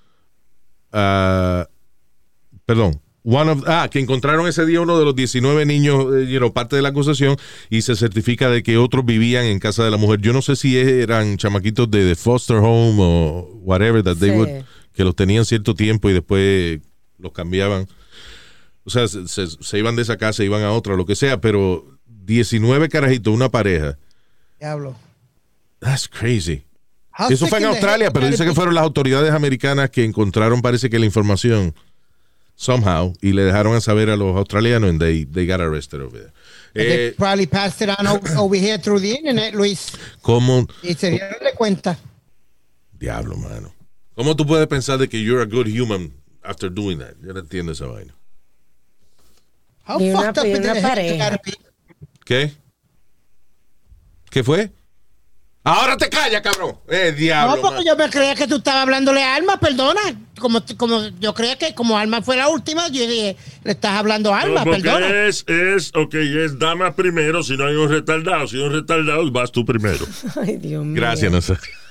uh, perdón, one of, ah, que encontraron ese día uno de los diecinueve niños, eh, you know, parte de la acusación, y se certifica de que otros vivían en casa de la mujer. Yo no sé si eran chamaquitos de, de foster home o whatever, that they Sí. would, que los tenían cierto tiempo y después los cambiaban. O sea, se, se, se iban de esa casa, iban a otra, lo que sea, pero diecinueve carajitos, una pareja. Diablo. That's crazy. How Eso sick fue en in the Australia, head pero gotta dice que be- fueron las autoridades americanas que encontraron, parece que la información, somehow, y le dejaron a saber a los australianos, and they, they got arrested over there. They Eh, probably passed it on o- over here through the internet, Luis. ¿Cómo? Y se dieron de cuenta. Diablo, mano. ¿Cómo tú puedes pensar de que you're a good human after doing that? Yo no entiendo esa vaina. How Y una- fucked up y in the una head pareja. you gotta be. ¿Qué? ¿Qué fue? Ahora te calla, cabrón. Eh, diablo. No, porque man. yo me creía que tú estabas hablándole a Alma, perdona. Como, como yo creía que como Alma fue la última, yo dije, le estás hablando a Alma, No, porque perdona. es, es, ok, es dama primero, si no hay un retardado. Si hay un retardado, vas tú primero. Ay, Dios mío. Gracias, no sé.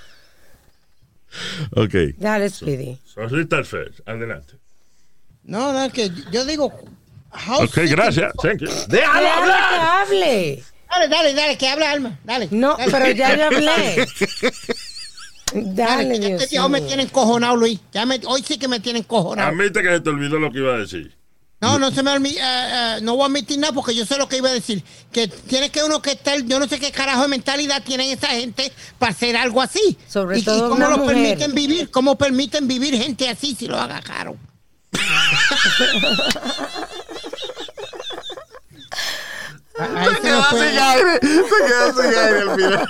Ok. Dale, Speedy. So, retard first. Adelante. No, no, que yo digo. how Ok, sick gracias. in- Thank you. ¡Déjalo Déjalo hablar! que hable. Dale, dale, dale, que habla Alma. Dale. No, dale. pero ya yo hablé. Dale, Dale, que Dios este viejo me mío. tiene encojonado, Luis. Ya me, hoy sí que me tiene encojonado. Admite que se te olvidó lo que iba a decir. No, no se me olvida, no voy a admitir nada porque yo sé lo que iba a decir. Que tiene que uno que estar, yo no sé qué carajo de mentalidad tienen esa gente para hacer algo así. Sobre y, y todo cómo una lo mujer. permiten vivir, cómo permiten vivir gente así si lo agarraron. Ahí se nos fue. aire. Se quedó sin aire al final.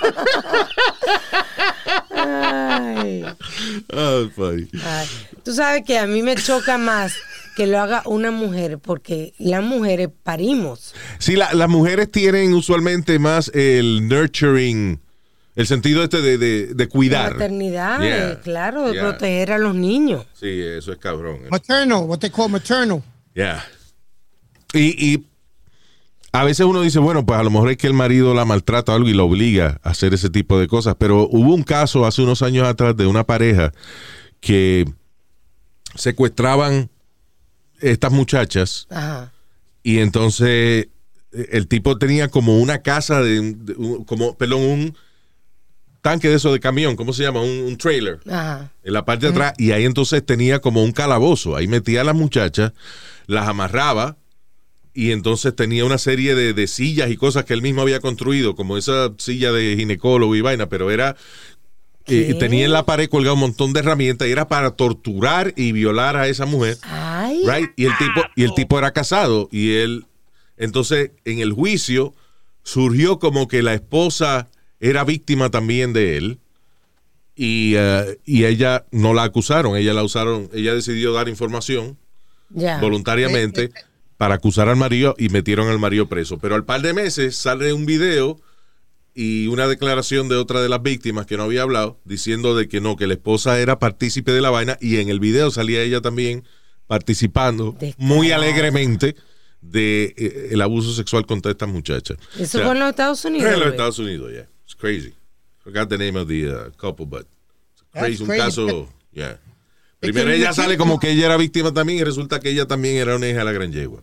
Ay, Oh, funny. ay. Tú sabes que a mí me choca más que lo haga una mujer porque las mujeres parimos. Sí, la- las mujeres tienen usualmente más el nurturing, el sentido este de, de, de cuidar. La maternidad, Yeah, eh, claro, de yeah. proteger a los niños. Sí, eso es cabrón. Maternal, what they call maternal. Yeah. Y, y a veces uno dice, bueno, pues a lo mejor es que el marido la maltrata o algo y la obliga a hacer ese tipo de cosas. Pero hubo un caso hace unos años atrás de una pareja que secuestraban estas muchachas Ajá. y entonces el tipo tenía como una casa de, de- un- como, perdón, un tanque de eso de camión, ¿cómo se llama? Un, un trailer Ajá. en la parte de atrás, y ahí entonces tenía como un calabozo. Ahí metía a las muchachas, las amarraba, y entonces tenía una serie de, de sillas y cosas que él mismo había construido, como esa silla de ginecólogo y vaina, pero era... eh, ¿Qué? tenía en la pared colgado un montón de herramientas y era para torturar y violar a esa mujer. Ay. Right? Y el tipo, y el tipo era casado, y él, entonces, en el juicio, surgió como que la esposa era víctima también de él, y, uh, y ella no la acusaron, ella la usaron, ella decidió dar información Ya. voluntariamente para acusar al marido y metieron al marido preso. Pero al par de meses sale un video y una declaración de otra de las víctimas que no había hablado, diciendo de que no, que la esposa era partícipe de la vaina, y en el video salía ella también participando Descarada. muy alegremente de eh, el abuso sexual contra estas muchachas. Eso O sea, fue en los Estados Unidos. en los güey. Estados Unidos, yeah. It's crazy. Forgot the name of the uh, couple, but it's That's crazy. Un crazy. caso, yeah. Es Primero que ella muchísimo- sale como que ella era víctima también y resulta que ella también era una hija de la gran yegua.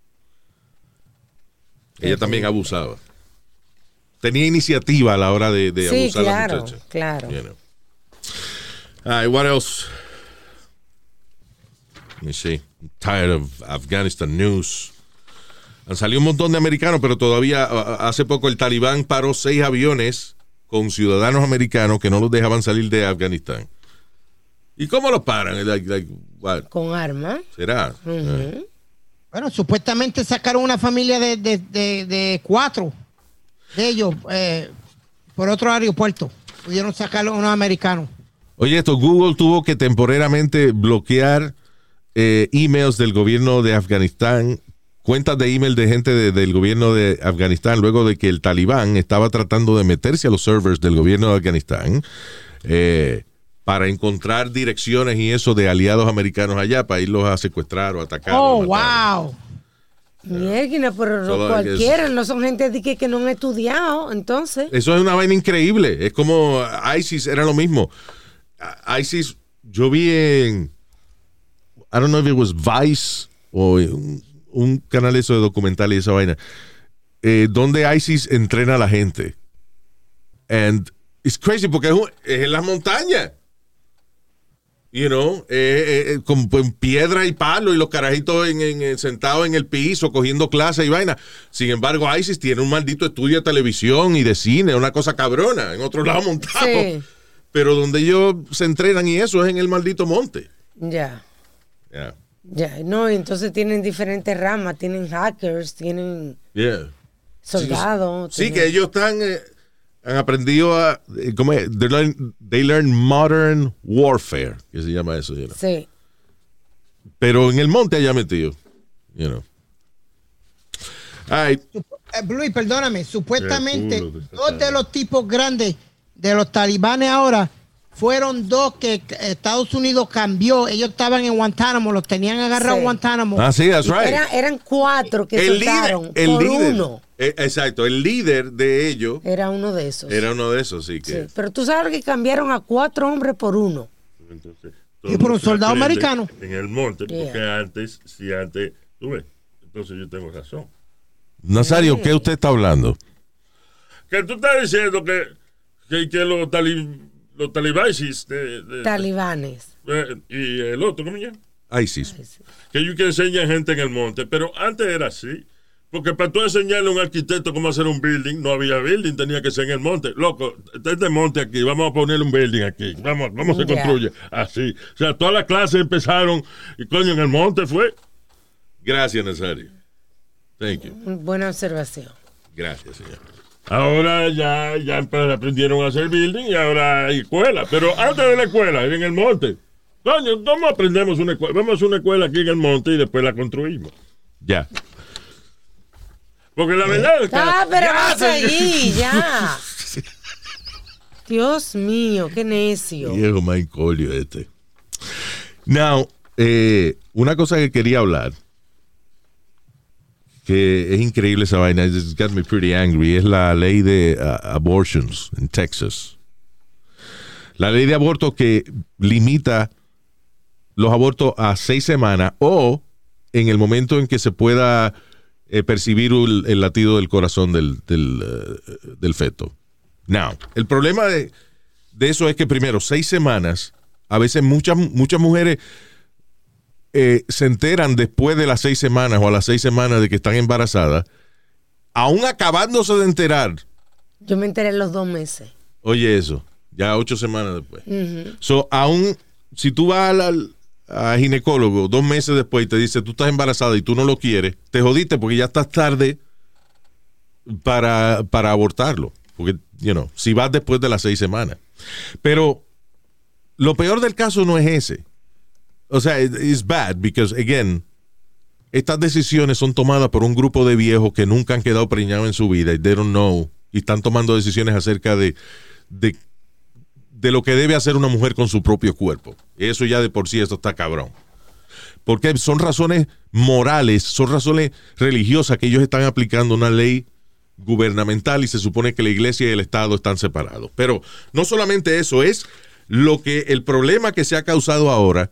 Ella también abusaba. Tenía iniciativa a la hora de, de Sí, abusar a claro, la muchacha. claro. You know. All right, what else? Let me see. I'm tired of Afghanistan news. Han salido un montón de americanos, pero todavía a- a- hace poco el Talibán paró seis aviones con ciudadanos americanos que no los dejaban salir de Afganistán. ¿Y cómo los paran? Like, like, what? Con armas. ¿Será? Eh. Bueno, supuestamente sacaron una familia de, de, de, de cuatro de ellos eh, por otro aeropuerto. Pudieron sacarlo unos americanos. Oye, esto, Google tuvo que temporariamente bloquear eh, emails del gobierno de Afganistán, cuentas de email de gente de- del gobierno de Afganistán, luego de que el Talibán estaba tratando de meterse a los servers del gobierno de Afganistán. Eh, para encontrar direcciones y eso de aliados americanos allá para irlos a secuestrar o atacar. Oh, o wow. Mierda, pero So, cualquiera, es, no son gente de que, que no han estudiado, entonces. Eso es una vaina increíble. Es como ISIS, era lo mismo. ISIS, yo vi en, I don't know if it was Vice o un, un canal eso de documental y esa vaina, eh, donde ISIS entrena a la gente. And it's crazy porque es, es en las montañas. You know, eh, eh, con, con piedra y palo y los carajitos en, en, sentados en el piso cogiendo clases y vaina. Sin embargo, ISIS tiene un maldito estudio de televisión y de cine, una cosa cabrona, en otro lado montado. Sí. Pero donde ellos se entrenan y eso es en el maldito monte. Ya. Yeah. Ya, no, entonces tienen diferentes ramas, tienen hackers, tienen yeah. soldados. Sí, tienen... que ellos están... Eh, han aprendido a, ¿cómo es? They learn, they learn modern warfare, que se llama eso, you know? Sí. Pero en el monte allá metido, you know. Ay. Luis, perdóname, supuestamente dos de los tipos grandes de los talibanes ahora fueron dos que Estados Unidos cambió. Ellos estaban en Guantánamo, los tenían agarrados en sí. Guantánamo. Ah, sí, that's right. Era, eran cuatro que el soltaron líder, el por líder, uno. Eh, exacto, el líder de ellos. Era uno de esos. Era uno de esos, sí. que. Sí, pero tú sabes que cambiaron a cuatro hombres por uno. Entonces, y por un soldado americano. En el monte, porque yeah. antes, si antes, tú ves, entonces yo tengo razón. Nazario, sí. ¿qué usted está hablando? Que tú estás diciendo que, que, que los, tali, los talibanes. De, de, Talibanes. Eh, y el otro, ¿cómo se llama? ISIS. Que ellos que enseñan gente en el monte. Pero antes era así. Porque para tú enseñarle a un arquitecto cómo hacer un building, no había building, tenía que ser en el monte. Loco, este es de monte aquí, vamos a poner un building aquí. Vamos, ¿cómo se yeah. construye? Así. O sea, todas las clases empezaron y coño, en el monte fue. Gracias, Nazario. Thank you. Buena observación. Gracias, señor. Ahora ya, ya aprendieron a hacer building y ahora hay escuela. Pero antes de la escuela, en el monte. Coño, ¿cómo aprendemos una escuela? Vamos a hacer una escuela aquí en el monte y después la construimos. Ya. Porque la verdad es que... Ah, pero vas ahí, ya. Dios mío, qué necio. Viejo mancolio este. Now, eh, una cosa que quería hablar, que es increíble esa vaina, it's got me pretty angry, es la ley de uh, abortions en Texas. La ley de aborto que limita los abortos a seis semanas o en el momento en que se pueda eh, percibir el, el latido del corazón del, del, uh, del feto. Now, el problema de, de eso es que primero, seis semanas, a veces muchas, muchas mujeres eh, se enteran después de las seis semanas o a las seis semanas de que están embarazadas, aún acabándose de enterar. Yo me enteré en los dos meses. Oye eso, ya ocho semanas después. Uh-huh. So, aún si tú vas al, al a ginecólogo dos meses después y te dice tú estás embarazada y tú no lo quieres, te jodiste porque ya estás tarde para, para abortarlo. Porque, you know, si vas después de las seis semanas. Pero lo peor del caso no es ese. O sea, it's bad because, again, estas decisiones son tomadas por un grupo de viejos que nunca han quedado preñados en su vida y they don't know, y están tomando decisiones acerca de, de, de lo que debe hacer una mujer con su propio cuerpo. Eso ya de por sí, esto está cabrón. Porque son razones morales, son razones religiosas que ellos están aplicando una ley gubernamental y se supone que la iglesia y el Estado están separados. Pero no solamente eso, es lo que el problema que se ha causado ahora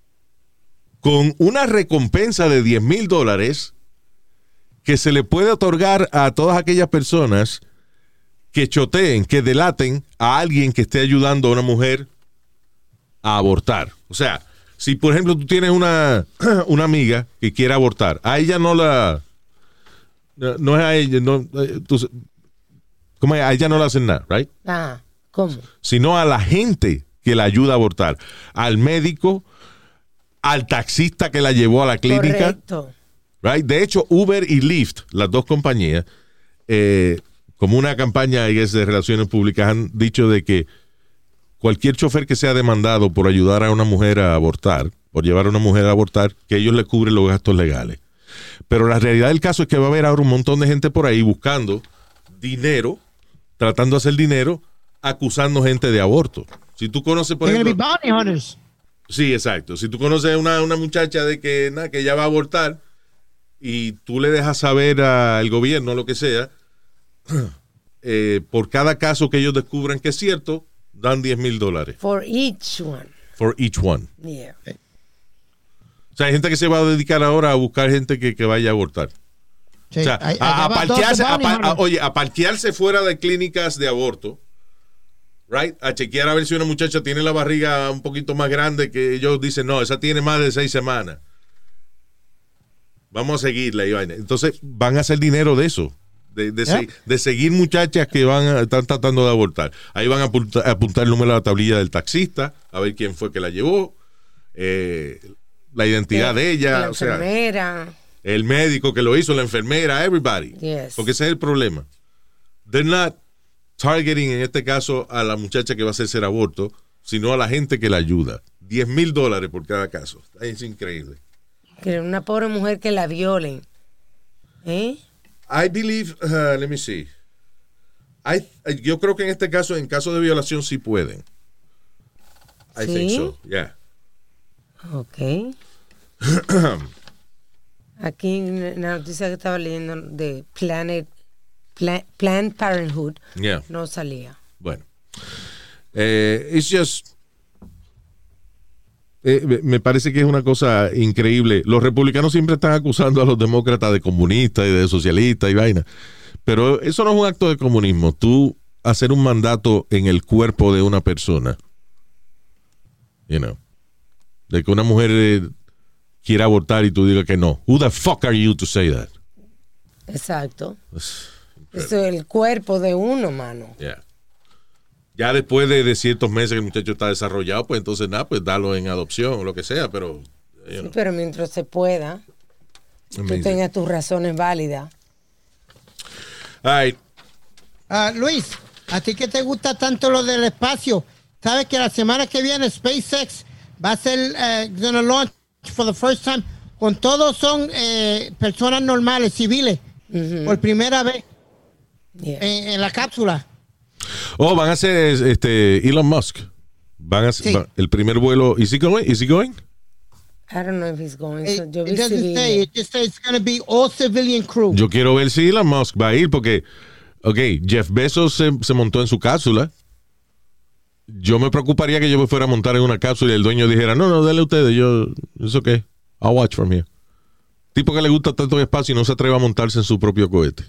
con una recompensa de diez mil dólares que se le puede otorgar a todas aquellas personas que choteen, que delaten a alguien que esté ayudando a una mujer a abortar. O sea, si por ejemplo tú tienes una, una amiga que quiere abortar, a ella no la... No, no es a ella, no, tú, ¿cómo es? A ella no le hacen nada, right? Ah, ¿cómo? Sino a la gente que la ayuda a abortar, al médico, al taxista que la llevó a la clínica. Correcto. Right? De hecho, Uber y Lyft, las dos compañías, eh, como una campaña I guess, de relaciones públicas, han dicho de que cualquier chofer que sea demandado por ayudar a una mujer a abortar, por llevar a una mujer a abortar, que ellos le cubren los gastos legales. Pero la realidad del caso es que va a haber ahora un montón de gente por ahí buscando dinero, tratando de hacer dinero, acusando gente de aborto. Si tú conoces, por They're ejemplo... gonna be bounty hunters. Sí, exacto. Si tú conoces una, una muchacha de que, nada, que ella va a abortar y tú le dejas saber al gobierno, lo que sea, eh, por cada caso que ellos descubran que es cierto, dan diez mil dólares. For each one. For each one. Yeah. O sea, hay gente que se va a dedicar ahora a buscar gente que, que vaya a abortar. Sí, O sea, ahí- a, allá a van parquearse, todos a los pa- bounty a- hunters. oye, a parquearse fuera de clínicas de aborto, right? A chequear a ver si una muchacha tiene la barriga un poquito más grande que ellos dicen, no, esa tiene más de seis semanas. Vamos a seguirla y vaina. Entonces van a hacer dinero de eso. De, de, Yeah. se- de seguir muchachas que van a, están tratando de abortar. Ahí van a apuntar, a apuntar el número de la tablilla del taxista, a ver quién fue que la llevó, eh, la identidad de ella, La o sea, enfermera. el médico que lo hizo, la enfermera, everybody. Yes. Porque ese es el problema. They're not targeting en este caso a la muchacha que va a hacerse el aborto, sino a la gente que la ayuda. diez mil dólares por cada caso. Es increíble. Que una pobre mujer que la violen. ¿Eh? I believe, uh, let me see. I, yo creo que en este caso, en caso de violación, sí pueden. I ¿Sí? think so, yeah. Ok. Aquí en la noticia que estaba leyendo de Planet, Pla- Planned Parenthood Yeah. no salía. Bueno. Eh, it's just... Eh, me- me parece que es una cosa increíble. Los republicanos siempre están acusando a los demócratas de comunistas y de socialistas y vaina. Pero eso no es un acto de comunismo. Tú hacer un mandato en el cuerpo de una persona. You know. De que una mujer eh, quiera abortar y tú digas que no. Who the fuck are you to say that? Exacto. Eso es el cuerpo de uno, mano. Yeah. Ya después de, de ciertos meses que el muchacho está desarrollado, pues entonces nada, pues darlo en adopción o lo que sea, pero... you know. Pero mientras se pueda, tú Amazing. tengas tus razones válidas. All right. Ah, Luis, a ti que te gusta tanto lo del espacio, sabes que la semana que viene SpaceX va a ser eh, gonna launch for the first time con todos son eh, personas normales, civiles, por primera vez Yeah. en, en la cápsula. Oh, van a hacer este Elon Musk. Van a hacer Sí. va- el primer vuelo. ¿Is he going? ¿Is he going? I don't know if he's going. It, So, yo vi it doesn't civiles. say, it just says it's gonna be all civilian crew. Yo quiero ver si Elon Musk va a ir porque, ok, Jeff Bezos se, se montó en su cápsula. Yo me preocuparía que yo me fuera a montar en una cápsula y el dueño dijera, no, no, dale ustedes, yo, es ok, I'll watch from here. Tipo que le gusta tanto el espacio y no se atreve a montarse en su propio cohete.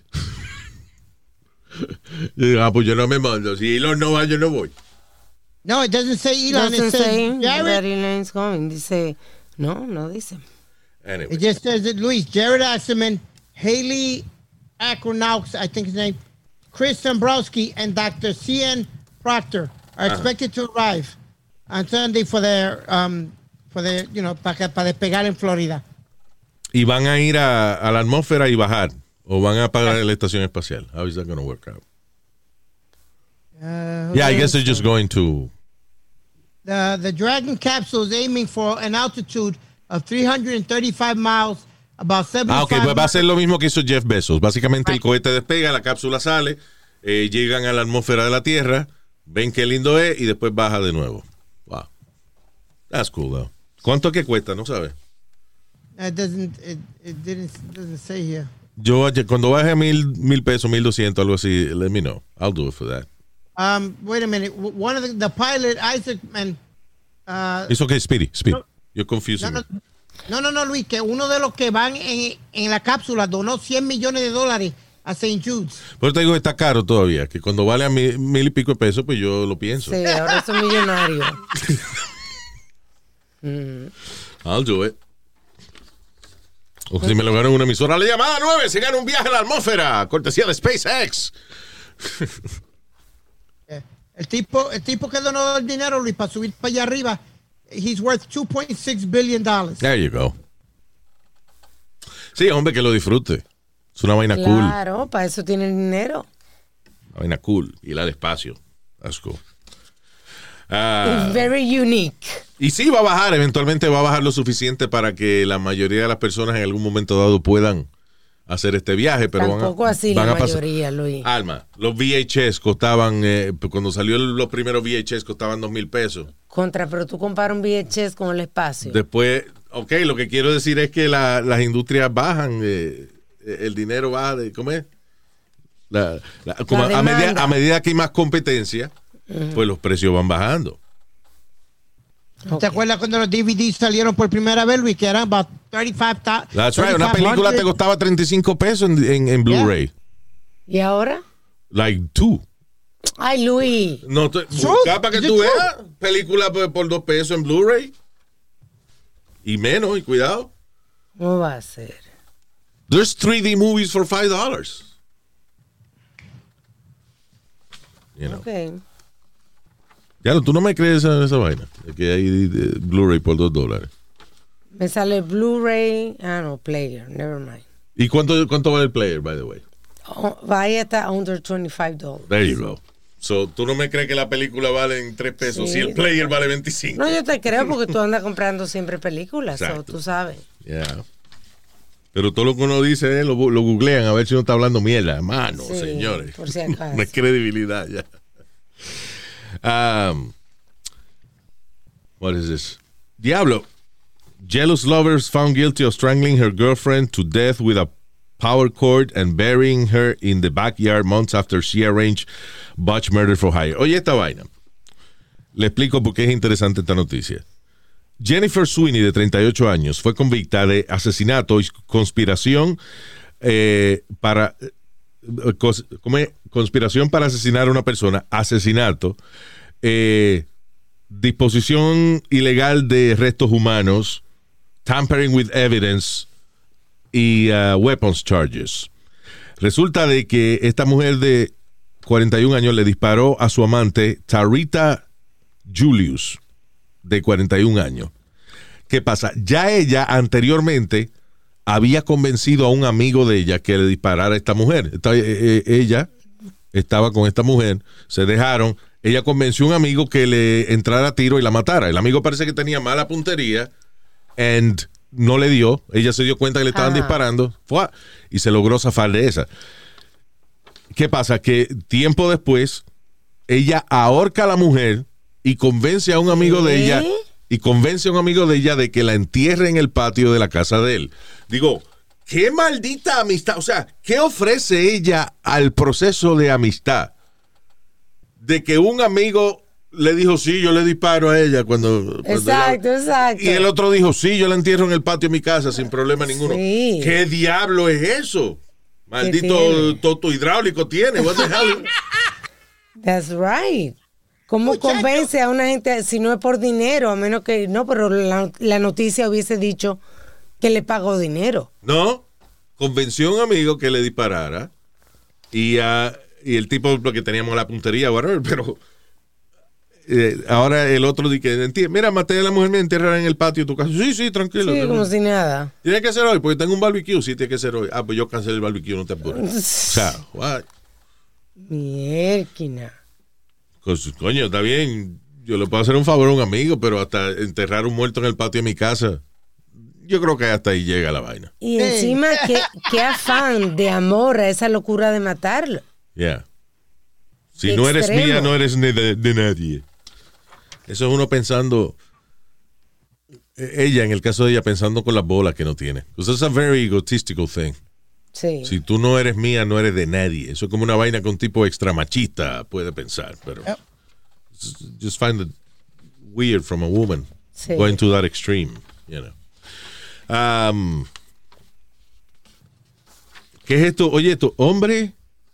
Y digo, ah, pues yo no me mando. Si Elon no va, yo no voy. No, it doesn't say Elon. Doesn't It says say that Jared. Elon's going. Dice, no, no dice. Anyway. It just says that Luis, Jared Asserman, Haley Acronaux, I think his name, Chris Dombrowski, and Doctor C N Proctor are expected to arrive on Sunday for their, um, for their, you know, para pa despegar en Florida. Y van a ir a, a la atmósfera y bajar. O van a pagar la estación espacial. How is that going to work out? Uh, Yeah, I guess they're just going to... the, the Dragon capsule is aiming for an altitude of three hundred thirty-five miles, about seventy-five Ah, ok, pues va a ser lo mismo que hizo Jeff Bezos. Básicamente el Right. cohete despega, la cápsula sale, eh, llegan a la atmósfera de la Tierra, ven qué lindo es y después baja de nuevo. Wow. That's cool, though. ¿Cuánto es que cuesta? No sabes. It doesn't, it, it didn't, doesn't say here. Yo cuando baje a mil, mil pesos, mil doscientos, algo así, let me know. I'll do it for that. Um, wait a minute. W- One of the, the pilot, Isaac, man, uh, It's okay, Speedy, Speedy. No. You're confusing No, me. no, no, no, Luis, que uno de los que van en, en la cápsula donó cien millones de dólares a Saint Jude's. Pero te digo que está caro todavía, que cuando vale a mil, mil y pico de pesos, pues yo lo pienso. Sí, ahora son millonarios. I'll do it. O si me lo gano en una emisora, la llamada nueve, se gana un viaje a la atmósfera, cortesía de SpaceX. Eh, El tipo, el tipo que donó el dinero, Luis, para subir para allá arriba, he's worth two point six billion dollars. There you go. Sí, hombre, que lo disfrute. Es una vaina cool. Claro, para eso tienen dinero. Una vaina cool. Y la despacio. That's cool. Ah, It's very unique. y sí, va a bajar. Eventualmente va a bajar lo suficiente para que la mayoría de las personas en algún momento dado puedan hacer este viaje, pero Tampoco van a, así van la a pasar. mayoría, Luis. Alma, los V H S costaban, eh, cuando salió el- los primeros V H S costaban dos mil pesos. Contra, pero tú comparas un V H S con el espacio. Después, ok, lo que quiero decir es que la- las industrias bajan, eh, el dinero baja de, ¿cómo es? La, la- como La a, medida, demanda. a medida que hay más competencia, pues los precios van bajando. Ok. ¿Te acuerdas cuando los D V Ds salieron por primera vez, Luis? Que eran about thirty-five thousand. That's right, una película te costaba treinta y cinco pesos en, en, en Blu-ray. ¿Y ahora? Like two. Ay, Luis. No, te, True. busca para que Is it tú true? veas película por, por dos pesos en Blu-ray. Y menos, y cuidado. ¿Cómo va a ser? There's three D movies for five dollars. You know. Ok. Ya no, tú no me crees esa, esa vaina. De que hay eh, Blu-ray por dos dólares. Me sale Blu-ray. Ah, no, player. Never mind. ¿Y cuánto, cuánto vale el player, by the way? Oh, vaya hasta under twenty-five dollars. There you go. So, tú no me crees que la película vale en tres pesos Sí. si el player vale veinticinco. No, yo te creo porque tú andas comprando siempre películas. So, Exacto. tú sabes. Yeah. Pero todo lo que uno dice eh, lo, lo googlean a ver si uno está hablando mierda. Mano, Sí, señores. por si acaso. No hay credibilidad ya. Um, what is this? Diablo. Jealous lovers found guilty of strangling her girlfriend to death with a power cord and burying her in the backyard months after she arranged botched murder for hire. Oye, esta vaina. Le explico por qué es interesante esta noticia. Jennifer Sweeney, de treinta y ocho años, fue convicta de asesinato y conspiración eh, para eh, cos, ¿cómo es? Conspiración para asesinar a una persona, asesinato, eh, disposición ilegal de restos humanos, tampering with evidence y uh, weapons charges. Resulta de que esta mujer de cuarenta y un años le disparó a su amante Tarita Julius, de cuarenta y un años. ¿Qué pasa? Ya ella anteriormente había convencido a un amigo de ella que le disparara a esta mujer. Esta, eh, ella estaba con esta mujer, se dejaron, ella convenció a un amigo que le entrara a tiro y la matara. El amigo parece que tenía mala puntería and no le dio. Ella se dio cuenta que le estaban Ajá. disparando ¡fua! Y se logró zafar de esa. ¿Qué pasa? Que tiempo después ella ahorca a la mujer y convence a un amigo de ¿Qué? ella y convence a un amigo de ella de que la entierre en el patio de la casa de él. Digo, qué maldita amistad. O sea, ¿qué ofrece ella al proceso de amistad? De que un amigo le dijo, sí, yo le disparo a ella cuando... cuando Exacto, ella- exacto. Y el otro dijo, sí, yo la entierro en el patio de mi casa sin problema ninguno. Sí. ¿Qué diablo es eso? Maldito tiene? toto hidráulico tiene. What the hell? That's right. ¿Cómo convence a una gente si no es por dinero? A menos que... No, pero la, la noticia hubiese dicho que le pagó dinero. No, convenció a un amigo que le disparara y, uh, y el tipo, porque teníamos la puntería, whatever, pero eh, ahora el otro dice que, enti- mira, maté a la mujer, me enterrará en el patio de tu casa. Sí, sí, tranquilo. Sí, tranquilo. como si nada. Tiene que ser hoy, porque tengo un barbecue. Sí, tiene que ser hoy. Ah, pues yo cancelé el barbecue, no te apures. O sea, what? Mierquina. Pues, coño, está bien. Yo le puedo hacer un favor a un amigo, pero hasta enterrar un muerto en el patio de mi casa, yo creo que hasta ahí llega la vaina. Y encima, qué, qué afán de amor a esa locura de matarlo. Yeah. Si Qué no eres extremo. mía, no eres ni de, de nadie. Eso es uno pensando, eh, ella, en el caso de ella, pensando con las bolas que no tiene. Because it's a very egotistical thing. Sí. Si tú no eres mía, no eres de nadie. Eso es como una vaina que un tipo extra machista puede pensar, pero Yep. just find it weird from a woman Sí. going to that extreme, you know. Um, ¿Qué es esto? Oye, esto, hombre,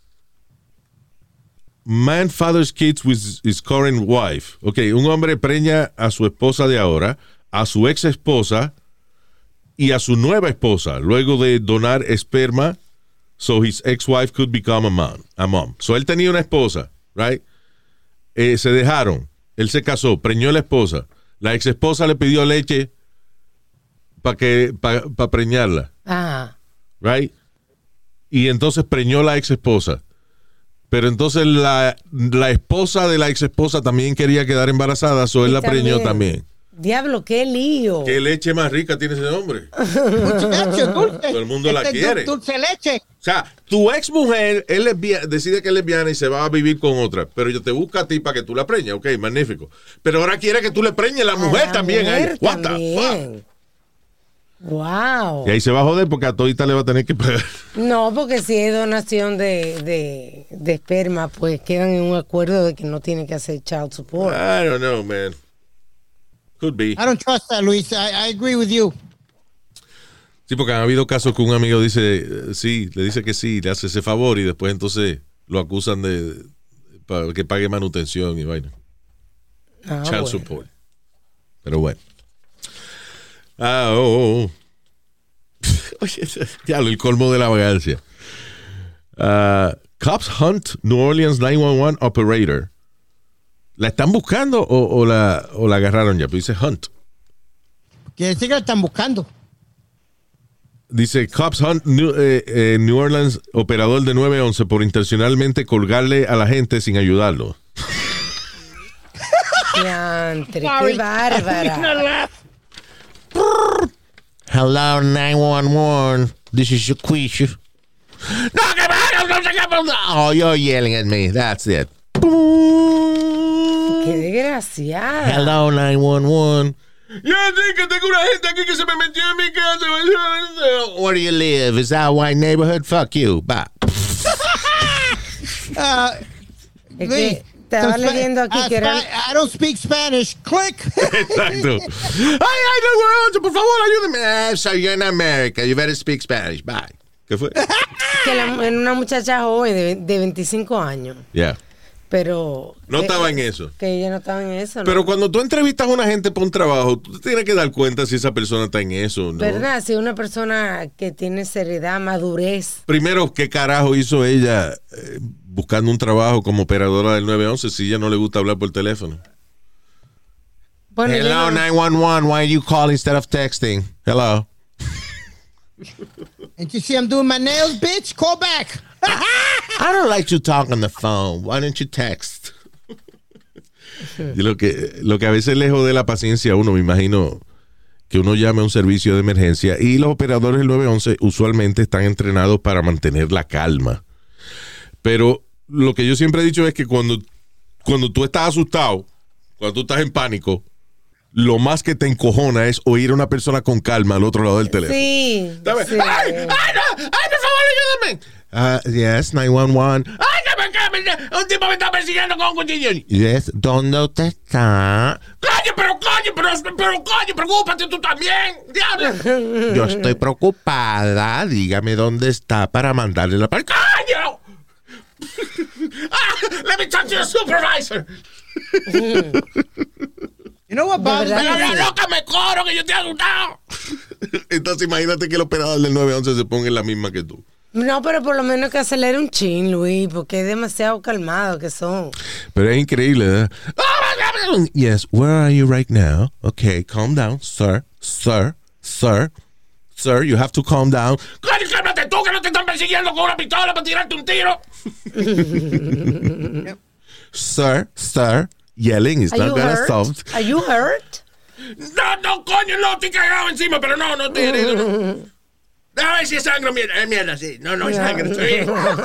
man fathers kids with his current wife. Ok, un hombre preña a su esposa de ahora, a su ex esposa y a su nueva esposa, luego de donar esperma, so his ex-wife could become a mom. A mom. So él tenía una esposa, right? Eh, se dejaron. Él se casó, preñó a la esposa. La ex esposa le pidió leche para que para pa preñarla, Ajá. right? Y entonces preñó la ex esposa. Pero entonces la, la esposa de la ex esposa también quería quedar embarazada, so él Y la preñó también. Diablo, qué lío. ¿Qué leche más rica tiene ese hombre? Muchacho, dulce. Todo el mundo la Este es quiere. Dulce leche. O sea, tu ex mujer es lesbia- decide que es lesbiana y se va a vivir con otra, pero ella te busca a ti para que tú la preñes. Ok, magnífico. Pero ahora quiere que tú le preñes la mujer A la también. mujer Ahí. What the también. fuck? Wow. Y ahí se va a joder porque a todita le va a tener que pagar. No, porque si es donación de, de, de esperma, pues quedan en un acuerdo de que no tiene que hacer child support. I don't know, man. Could be. I don't trust that, Luis. I, I agree with you. Sí, porque han habido casos que un amigo dice, eh, sí, le dice que sí, le hace ese favor y después entonces lo acusan de, de para que pague manutención y vaina. Ah, Child bueno. support. Pero bueno. Ah, oh, oh. Oye, diablo, el colmo de la vagancia. Uh, cops hunt New Orleans nueve uno uno operator. ¿La están buscando o, o, la, o la agarraron ya? Pero dice hunt. Quiere decir que la están buscando. Dice, cops hunt New, eh, eh, New Orleans operador de nueve once por intencionalmente colgarle a la gente sin ayudarlo. Diantre, qué Sorry. bárbara. Hello, nine one one. This is Shaquisha. No, que va, no, no, no. Oh, you're yelling at me. That's it. Qué desgraciada. Hello, nine one one. Ya sí, que tengo una gente aquí que se me metió en mi casa. Where do you live? Is that a white neighborhood? Fuck you. Bye. Uh, Es Luis, que estaba some leyendo aquí Spa- que uh, eran... Spa- I don't speak Spanish. Click. Exacto. Ay, ay, no, por favor, ayúdeme. Ah, so you're in America. You better speak Spanish. Bye. ¿Qué fue? que la, era una muchacha joven de, de veinticinco años, Yeah. pero... No que- estaba en eso. Que ella no estaba en eso, ¿no? Pero cuando tú entrevistas a una gente para un trabajo, tú te tienes que dar cuenta si esa persona está en eso, ¿no? ¿Verdad? Si una persona que tiene seriedad, madurez... Primero, ¿qué carajo hizo ella eh, buscando un trabajo como operadora del nueve once si ella no le gusta hablar por teléfono? Bueno, yo Hello, no- nine one one. Why you call instead of texting? Hello. And you see I'm doing my nails, bitch? Call back. I don't like to talk on the phone. Why don't you text? Y lo que, lo que a veces le jode la paciencia a uno, me imagino que uno llame a un servicio de emergencia y los operadores del nueve once usualmente están entrenados para mantener la calma. Pero lo que yo siempre he dicho es que cuando, cuando tú estás asustado, cuando tú estás en pánico, lo más que te encojona es oír a una persona con calma al otro lado del teléfono. Sí, Dame- sí. ¡Ay! ¡Ay, no! ¡Ay, por favor, ayúdame! Uh, yes, nine one one. ¡Ay, que me, que me- un tipo me está persiguiendo con un cuchillo! Yes, ¿dónde usted está? ¡Coño, pero coño, pero, pero coño, preocúpate tú también! ¡Diablo! Yo estoy preocupada. Dígame dónde está para mandarle la... par- ¡Coño! ah, let me talk to your supervisor. You know what, Bob? De verdad Pero que la sí. loca me coro que yo estoy asustado. Entonces imagínate que el operador del nueve once se ponga en la misma que tú. No, pero por lo menos que acelere un chin, Luis, porque es demasiado calmado que son. Pero es increíble, ¿verdad? Yes, where are you right now? Okay, calm down, sir, sir, sir, sir, you have to calm down. Coño, cálmate tú que no te están persiguiendo con una pistola para tirarte un tiro. Sir, sir, yelling is Are not you gonna hurt? solve. Are you hurt? No, no, coño, no, estoy cagado encima, pero no, no estoy herido. No. A ver si es sangre, mierda, es mierda, sí. No, no es sangre, estoy bien.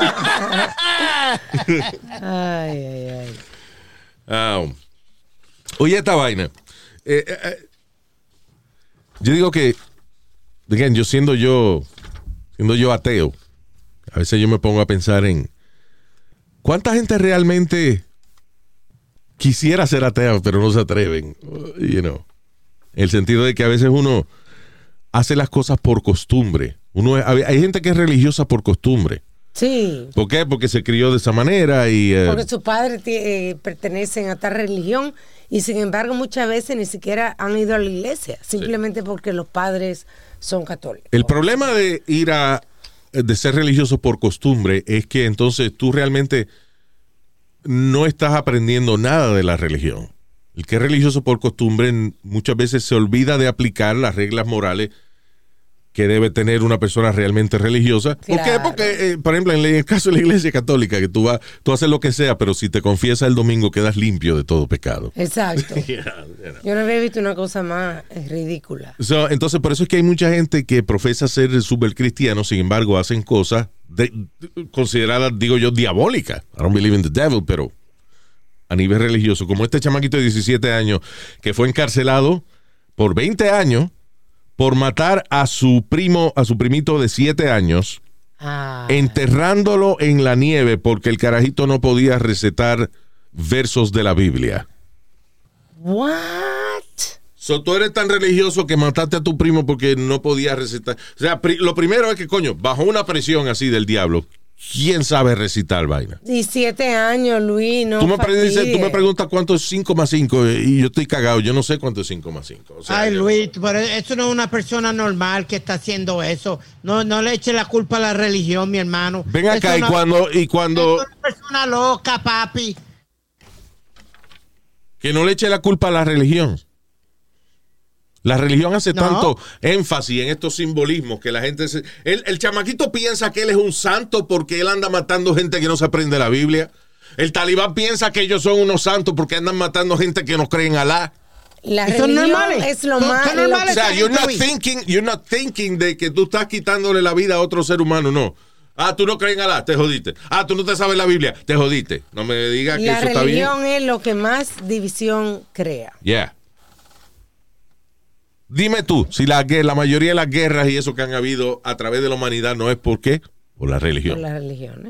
Ay, ay, ay. Ah, oye, esta vaina. Eh, eh, eh, yo digo que, again, yo siendo yo, siendo yo ateo, a veces yo me pongo a pensar en cuánta gente realmente quisiera ser atea, pero no se atreven, you know. En el sentido de que a veces uno hace las cosas por costumbre. Uno es- hay gente que es religiosa por costumbre. Sí, ¿Por qué? Porque se crió de esa manera y... eh, porque sus padres ti- eh, pertenecen a tal religión y sin embargo muchas veces ni siquiera han ido a la iglesia, simplemente porque los padres son católicos. el problema de ir a... de ser religioso por costumbre es que entonces tú realmente no estás aprendiendo nada de la religión. El que es religioso por costumbre muchas veces se olvida de aplicar las reglas morales que debe tener una persona realmente religiosa. ¿Por qué? Claro. Porque, eh, por ejemplo, en el caso de la iglesia católica, que tú vas, tú haces lo que sea, pero si te confiesas el domingo quedas limpio de todo pecado. Exacto. Yeah, you know. Yo no había visto una cosa más eh, ridícula. So, entonces, por eso es que hay mucha gente que profesa ser súper cristiano, sin embargo, hacen cosas de, de- consideradas, digo yo, diabólicas. I don't believe in the devil, pero a nivel religioso, como este chamaquito de diecisiete años que fue encarcelado por veinte años por matar a su primo, a su primito de siete años, Ah, enterrándolo en la nieve porque el carajito no podía recitar versos de la Biblia. what? So, tú eres tan religioso que mataste a tu primo porque no podía recitar. O sea, pri- lo primero es que, coño, bajo una presión así del diablo, ¿quién sabe recitar vaina? diecisiete años, Luis, no tú, me pre- dices- tú me fastidie. preguntas cuánto es cinco más cinco y yo estoy cagado. Yo no sé cuánto es cinco más cinco. O sea, Ay, yo- Luis, pero eso no es una persona normal que está haciendo eso. No, no le eche la culpa a la religión, mi hermano. Ven acá Eso y no- cuando, y cuando eso es una persona loca, papi. que no le eche la culpa a la religión. La religión hace No. tanto énfasis en estos simbolismos que la gente se... El, el chamaquito piensa que él es un santo porque él anda matando gente que no se aprende la Biblia. El talibán piensa que ellos son unos santos porque andan matando gente que no cree en Alá. La Son religión normales. es lo Son- más... son lo- normales. O sea, Esa you're not gente, Luis. thinking, you're not thinking de que tú estás quitándole la vida a otro ser humano, no. Ah, tú no crees en Alá, te jodiste. Ah, tú no te sabes la Biblia, te jodiste. No me digas que la eso está bien. religión es lo que más división crea. Yeah. Dime tú, si la, gue- la mayoría de las guerras y eso que han habido a través de la humanidad no es por qué, por la Por religión. las religiones.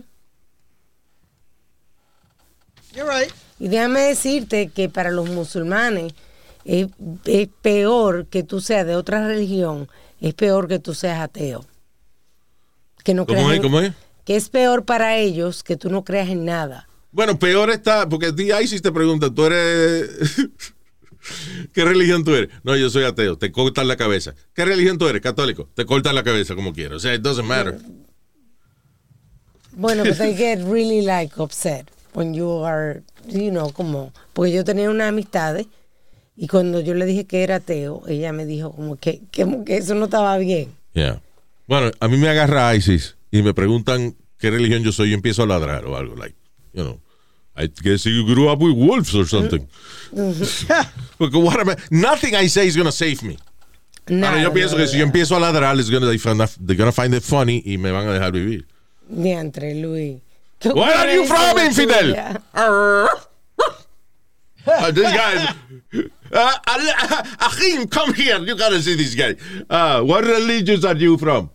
You're right. Y déjame decirte que para los musulmanes es, es peor que tú seas de otra religión, es peor que tú seas ateo. Que no ¿Cómo creas es? en- ¿Cómo es? Que es peor para ellos que tú no creas en nada. Bueno, peor está, porque ti ahí sí te preguntan, tú eres... ¿Qué religión tú eres? No, yo soy ateo, te cortan la cabeza. ¿Qué religión tú eres? Católico, te cortan la cabeza como quieras. O sea, it doesn't matter. Bueno, but they get really like upset when you are, you know, como, porque yo tenía unas amistades y cuando yo le dije que era ateo, ella me dijo como que, que, como que eso no estaba bien. Yeah. Bueno, a mí me agarra ISIS y me preguntan qué religión yo soy y empiezo a ladrar o algo, like, you know, I guess you grew up with wolves or something. Porque what am I- nothing I say is going to save me. Nada, Ahora yo pienso no, que si yo empiezo a ladrar, it's gonna, they're gonna- they're gonna find it funny y me van a dejar vivir. Diantre, Luis. ¿Qué Where are you ocurrencia from, la infidel? tuya? Uh, this guy, uh, Al- Achim, come here. You gotta see this guy. Uh, what religions are you from?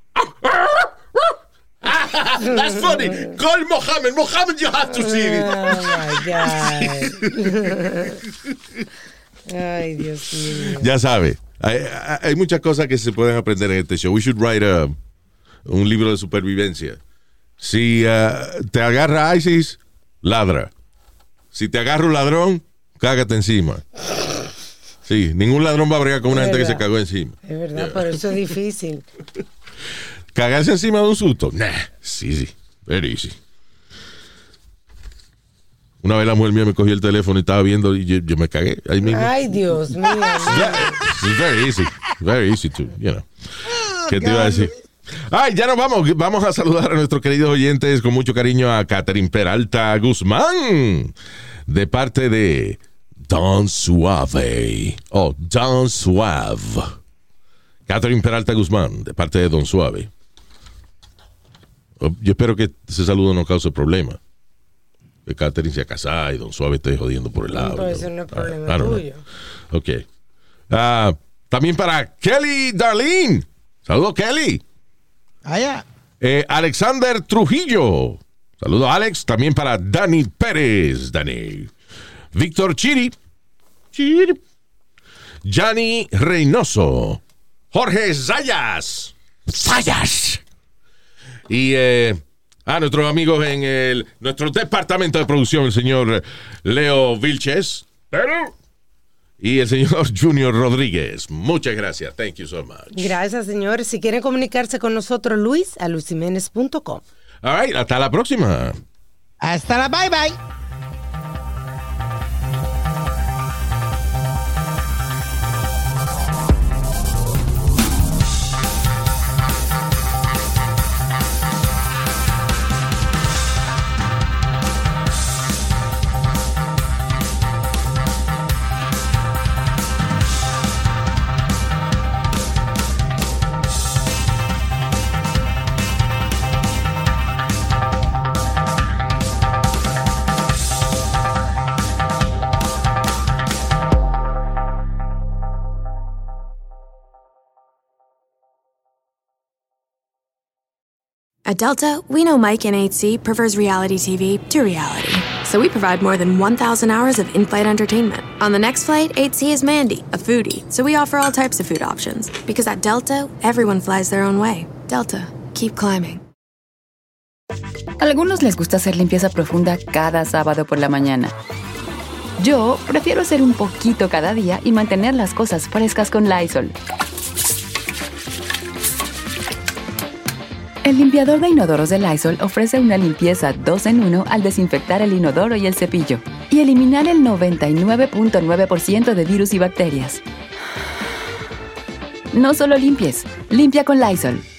That's funny. Call Mohammed. Mohammed, you have to see it. Oh my God. Ay, Dios mío. Ya sabe, hay, hay- hay muchas cosas que se pueden aprender en este show. We should write a- un libro de supervivencia. Si uh, te agarra ISIS, ladra. Si te agarra un ladrón, cágate encima. Sí, ningún ladrón va a bregar con una Es gente que se verdad. cagó encima. Es verdad, pero eso es difícil. Cagarse encima de un susto. Nah, sí, sí. Very easy. Una vez la mujer mía me cogió el teléfono y estaba viendo y yo, yo me cagué. Ahí mismo. Ay, Dios mío. Yeah, it's very easy. Very easy to, you know. ¿Qué te iba a decir? Ay, ya nos vamos. Vamos a saludar a nuestros queridos oyentes con mucho cariño a Catherine Peralta Guzmán. De parte de Don Suave. Oh, Don Suave. Catherine Peralta Guzmán, de parte de Don Suave. Oh, yo espero que ese saludo no cause problema. Que Catherine se casada y Don Suave esté jodiendo por el lado. Pero eso no es problema I don't know. tuyo. Ok. Ah, también para Kelly Darlene. Saludos, Kelly. Allá. Eh, Alexander Trujillo. Saludos, Alex. También para Dani Pérez. Dani. Víctor Chiri. Chiri. Gianni Reynoso. Jorge Zayas. Zayas. Y eh, a nuestros amigos en el nuestro departamento de producción, el señor Leo Vilches. Y el señor Junior Rodríguez. Muchas gracias. Thank you so much. Gracias, señor. Si quieren comunicarse con nosotros, Luis, a luis jiménez punto com. All right, hasta la próxima. Hasta la bye bye. At Delta, we know Mike in eight C prefers reality T V to reality. So we provide more than one thousand hours of in-flight entertainment. On the next flight, eight C is Mandy, a foodie. So we offer all types of food options. Because at Delta, everyone flies their own way. Delta, keep climbing. Algunos les gusta hacer limpieza profunda cada sábado por la mañana. Yo prefiero hacer un poquito cada día y mantener las cosas frescas con Lysol. El limpiador de inodoros de Lysol ofrece una limpieza dos en uno al desinfectar el inodoro y el cepillo y eliminar el noventa y nueve punto nueve por ciento de virus y bacterias. No solo limpies, limpia con Lysol.